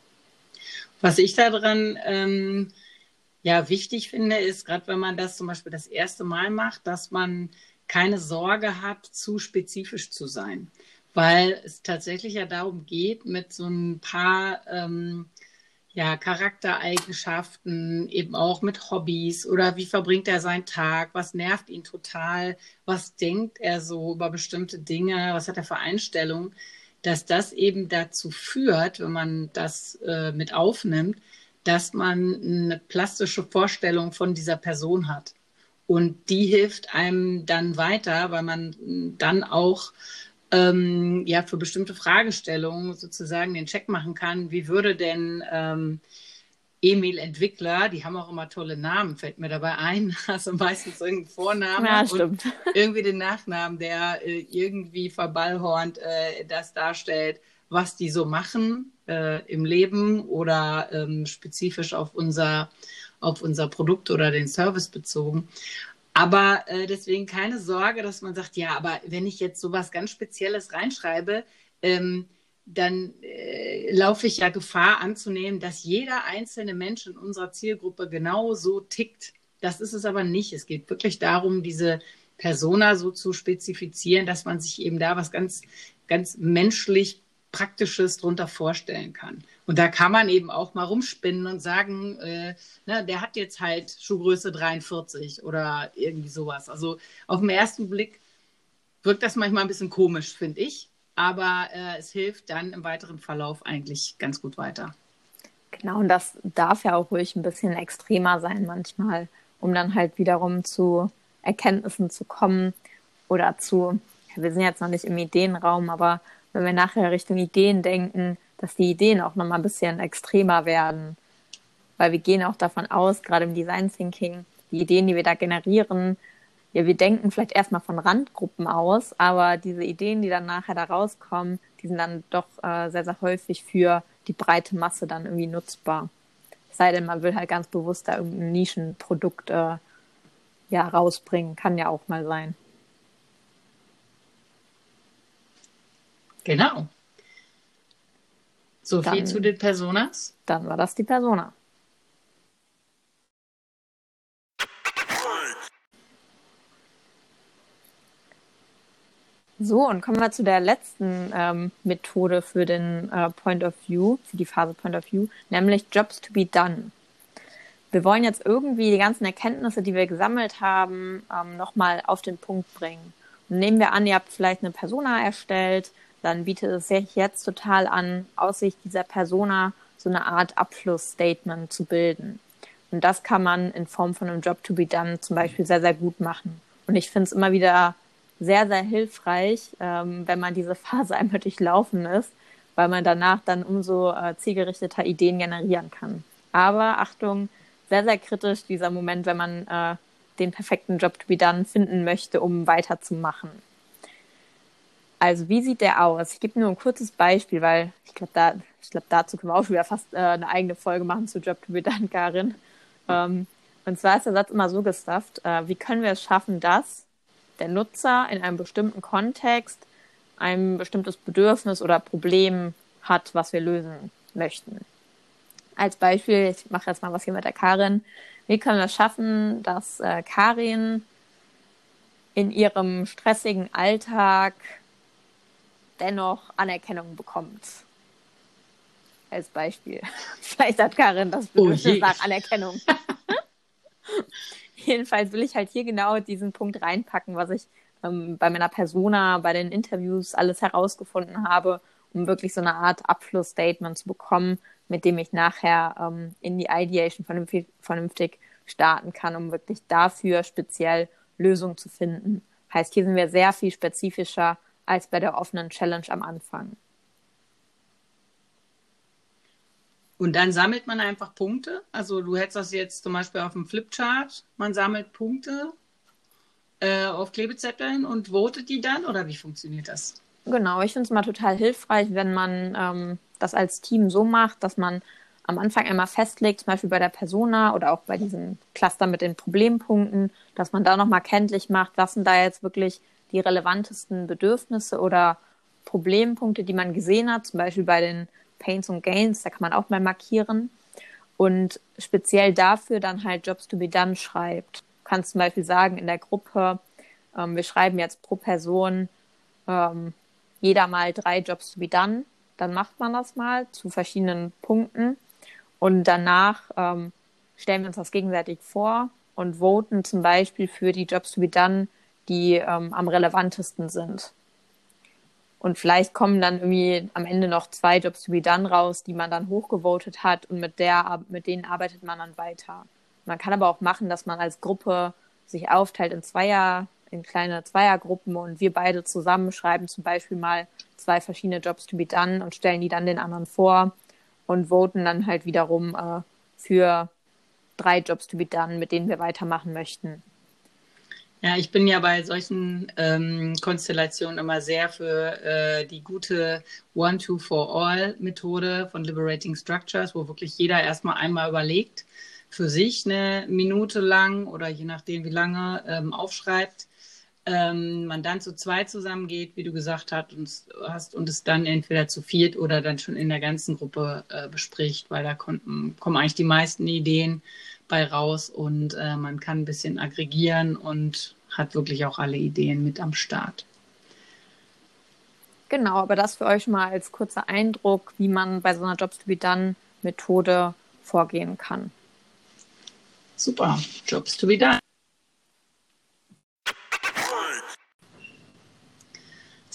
Was ich daran wichtig finde, ist, gerade wenn man das zum Beispiel das erste Mal macht, dass man keine Sorge hat, zu spezifisch zu sein. Weil es tatsächlich ja darum geht, mit so ein paar Charaktereigenschaften, eben auch mit Hobbys oder wie verbringt er seinen Tag, was nervt ihn total, was denkt er so über bestimmte Dinge, was hat er für Einstellungen, dass das eben dazu führt, wenn man das mit aufnimmt, dass man eine plastische Vorstellung von dieser Person hat. Und die hilft einem dann weiter, weil man dann auch für bestimmte Fragestellungen sozusagen den Check machen kann. Wie würde denn Emil Entwickler, die haben auch immer tolle Namen, fällt mir dabei ein, also meistens irgendeinen Vornamen und irgendwie den Nachnamen, der irgendwie verballhornt das darstellt, was die so machen im Leben oder spezifisch auf unser Produkt oder den Service bezogen. Aber deswegen keine Sorge, dass man sagt, ja, aber wenn ich jetzt sowas ganz Spezielles reinschreibe, dann laufe ich ja Gefahr anzunehmen, dass jeder einzelne Mensch in unserer Zielgruppe genau so tickt. Das ist es aber nicht. Es geht wirklich darum, diese Persona so zu spezifizieren, dass man sich eben da was ganz, ganz menschlich Praktisches drunter vorstellen kann. Und da kann man eben auch mal rumspinnen und sagen, der hat jetzt halt Schuhgröße 43 oder irgendwie sowas. Also auf den ersten Blick wirkt das manchmal ein bisschen komisch, finde ich. Aber es hilft dann im weiteren Verlauf eigentlich ganz gut weiter. Genau, und das darf ja auch ruhig ein bisschen extremer sein manchmal, um dann halt wiederum zu Erkenntnissen zu kommen oder ja, wir sind jetzt noch nicht im Ideenraum, aber wenn wir nachher Richtung Ideen denken, dass die Ideen auch nochmal ein bisschen extremer werden. Weil wir gehen auch davon aus, gerade im Design Thinking, die Ideen, die wir da generieren, ja, wir denken vielleicht erstmal von Randgruppen aus, aber diese Ideen, die dann nachher da rauskommen, die sind dann doch sehr, sehr häufig für die breite Masse dann irgendwie nutzbar. Es sei denn, man will halt ganz bewusst da irgendein Nischenprodukt ja, rausbringen. Kann ja auch mal sein. Genau. So viel zu den Personas. Dann war das die Persona. So, und kommen wir zu der letzten Methode für den Point of View, für die Phase Point of View, nämlich Jobs to be done. Wir wollen jetzt irgendwie die ganzen Erkenntnisse, die wir gesammelt haben, nochmal auf den Punkt bringen. Und nehmen wir an, ihr habt vielleicht eine Persona erstellt, dann bietet es sich jetzt total an, aus Sicht dieser Persona so eine Art Abschlussstatement zu bilden. Und das kann man in Form von einem Job to be done zum Beispiel sehr, sehr gut machen. Und ich finde es immer wieder sehr, sehr hilfreich, wenn man diese Phase einmal durchlaufen ist, weil man danach dann umso zielgerichteter Ideen generieren kann. Aber Achtung, sehr, sehr kritisch dieser Moment, wenn man den perfekten Job to be done finden möchte, um weiterzumachen. Also wie sieht der aus? Ich gebe nur ein kurzes Beispiel, weil ich glaube, dazu können wir auch schon wieder fast eine eigene Folge machen zu Job to be done, Karin. Und zwar ist der Satz immer so gestafft, wie können wir es schaffen, dass der Nutzer in einem bestimmten Kontext ein bestimmtes Bedürfnis oder Problem hat, was wir lösen möchten. Als Beispiel, ich mache jetzt mal was hier mit der Karin. Wie können wir es schaffen, dass Karin in ihrem stressigen Alltag dennoch Anerkennung bekommt? Als Beispiel. Vielleicht hat Karin das Bedürfnis nach Anerkennung. Jedenfalls will ich halt hier genau diesen Punkt reinpacken, was ich bei meiner Persona, bei den Interviews alles herausgefunden habe, um wirklich so eine Art Abschlussstatement zu bekommen, mit dem ich nachher in die Ideation vernünftig starten kann, um wirklich dafür speziell Lösungen zu finden. Heißt, hier sind wir sehr viel spezifischer als bei der offenen Challenge am Anfang. Und dann sammelt man einfach Punkte. Also du hättest das jetzt zum Beispiel auf dem Flipchart. Man sammelt Punkte auf Klebezetteln und votet die dann? Oder wie funktioniert das? Genau, ich finde es mal total hilfreich, wenn man das als Team so macht, dass man am Anfang einmal festlegt, zum Beispiel bei der Persona oder auch bei diesem Cluster mit den Problempunkten, dass man da nochmal kenntlich macht, was sind da jetzt wirklich die relevantesten Bedürfnisse oder Problempunkte, die man gesehen hat, zum Beispiel bei den Pains und Gains, da kann man auch mal markieren und speziell dafür dann halt Jobs to be done schreibt. Du kannst zum Beispiel sagen in der Gruppe, wir schreiben jetzt pro Person jeder mal 3 Jobs to be done, dann macht man das mal zu verschiedenen Punkten und danach stellen wir uns das gegenseitig vor und voten zum Beispiel für die Jobs to be done, die am relevantesten sind. Und vielleicht kommen dann irgendwie am Ende noch 2 Jobs to be done raus, die man dann hochgevotet hat und mit denen arbeitet man dann weiter. Man kann aber auch machen, dass man als Gruppe sich aufteilt in kleine Zweiergruppen und wir beide zusammen schreiben zum Beispiel mal 2 verschiedene Jobs to be done und stellen die dann den anderen vor und voten dann halt wiederum für 3 Jobs to be done, mit denen wir weitermachen möchten. Ja, ich bin ja bei solchen Konstellationen immer sehr für die gute One-Two-For-All-Methode von Liberating Structures, wo wirklich jeder erstmal einmal überlegt, für sich eine Minute lang oder je nachdem wie lange aufschreibt, man dann zu 2 zusammengeht, wie du gesagt hast, und es dann entweder zu 4 oder dann schon in der ganzen Gruppe bespricht, weil da kommen eigentlich die meisten Ideen bei raus und man kann ein bisschen aggregieren und hat wirklich auch alle Ideen mit am Start. Genau, aber das für euch mal als kurzer Eindruck, wie man bei so einer Jobs to be done Methode vorgehen kann. Super, Jobs to be done.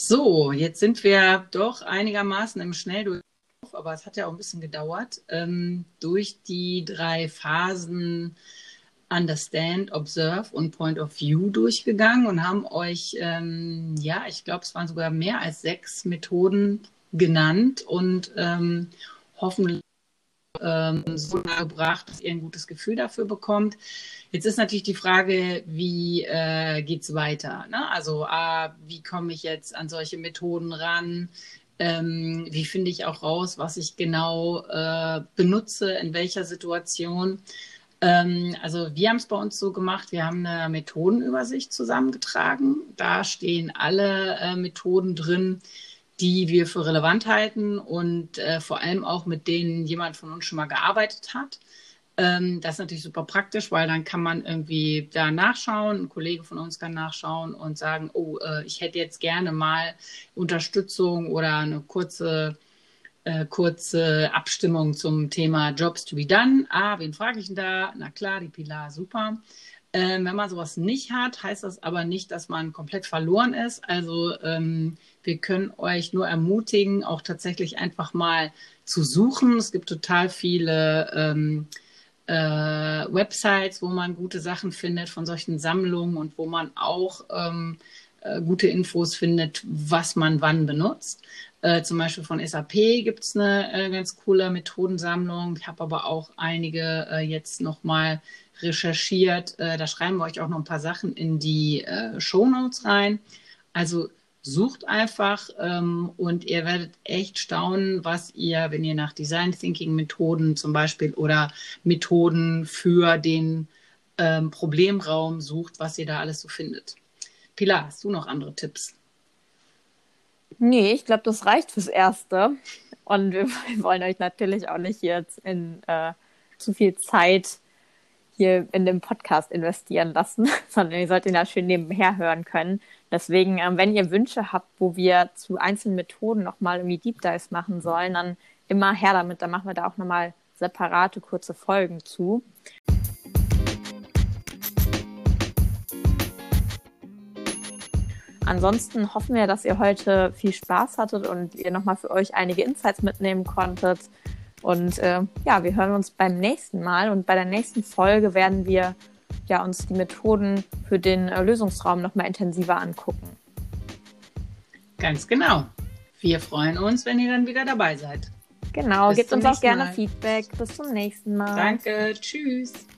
So, jetzt sind wir doch einigermaßen im Schnelldurchlauf, aber es hat ja auch ein bisschen gedauert, durch die 3 Phasen Understand, Observe und Point of View durchgegangen und haben euch, ich glaube, es waren sogar mehr als 6 Methoden genannt und hoffentlich so nahe gebracht, dass ihr ein gutes Gefühl dafür bekommt. Jetzt ist natürlich die Frage, wie geht es weiter? Ne? Also wie komme ich jetzt an solche Methoden ran? Wie finde ich auch raus, was ich genau benutze, in welcher Situation? Also wir haben es bei uns so gemacht, wir haben eine Methodenübersicht zusammengetragen. Da stehen alle Methoden drin, die wir für relevant halten und vor allem auch mit denen jemand von uns schon mal gearbeitet hat. Das ist natürlich super praktisch, weil dann kann man irgendwie da nachschauen, ein Kollege von uns kann nachschauen und sagen, ich hätte jetzt gerne mal Unterstützung oder eine kurze Abstimmung zum Thema Jobs to be done. Wen frage ich denn da? Na klar, die Pilar, super. Wenn man sowas nicht hat, heißt das aber nicht, dass man komplett verloren ist. Also wir können euch nur ermutigen, auch tatsächlich einfach mal zu suchen. Es gibt total viele Websites, wo man gute Sachen findet von solchen Sammlungen und wo man auch gute Infos findet, was man wann benutzt. Zum Beispiel von SAP gibt es eine ganz coole Methodensammlung. Ich habe aber auch einige jetzt nochmal recherchiert. Da schreiben wir euch auch noch ein paar Sachen in die Shownotes rein. Also sucht einfach und ihr werdet echt staunen, was ihr, wenn ihr nach Design Thinking Methoden zum Beispiel oder Methoden für den Problemraum sucht, was ihr da alles so findet. Pilar, hast du noch andere Tipps? Nee, ich glaube, das reicht fürs Erste. Und wir wollen euch natürlich auch nicht jetzt in zu viel Zeit hier in dem Podcast investieren lassen, sondern ihr sollt ihn ja schön nebenher hören können. Deswegen, wenn ihr Wünsche habt, wo wir zu einzelnen Methoden nochmal irgendwie Deep Dives machen sollen, dann immer her damit. Dann machen wir da auch nochmal separate, kurze Folgen zu. Ansonsten hoffen wir, dass ihr heute viel Spaß hattet und ihr nochmal für euch einige Insights mitnehmen konntet. Und wir hören uns beim nächsten Mal. Und bei der nächsten Folge werden wir uns die Methoden für den Lösungsraum nochmal intensiver angucken. Ganz genau. Wir freuen uns, wenn ihr dann wieder dabei seid. Genau, gebt uns auch gerne Feedback. Bis zum nächsten Mal. Danke, tschüss.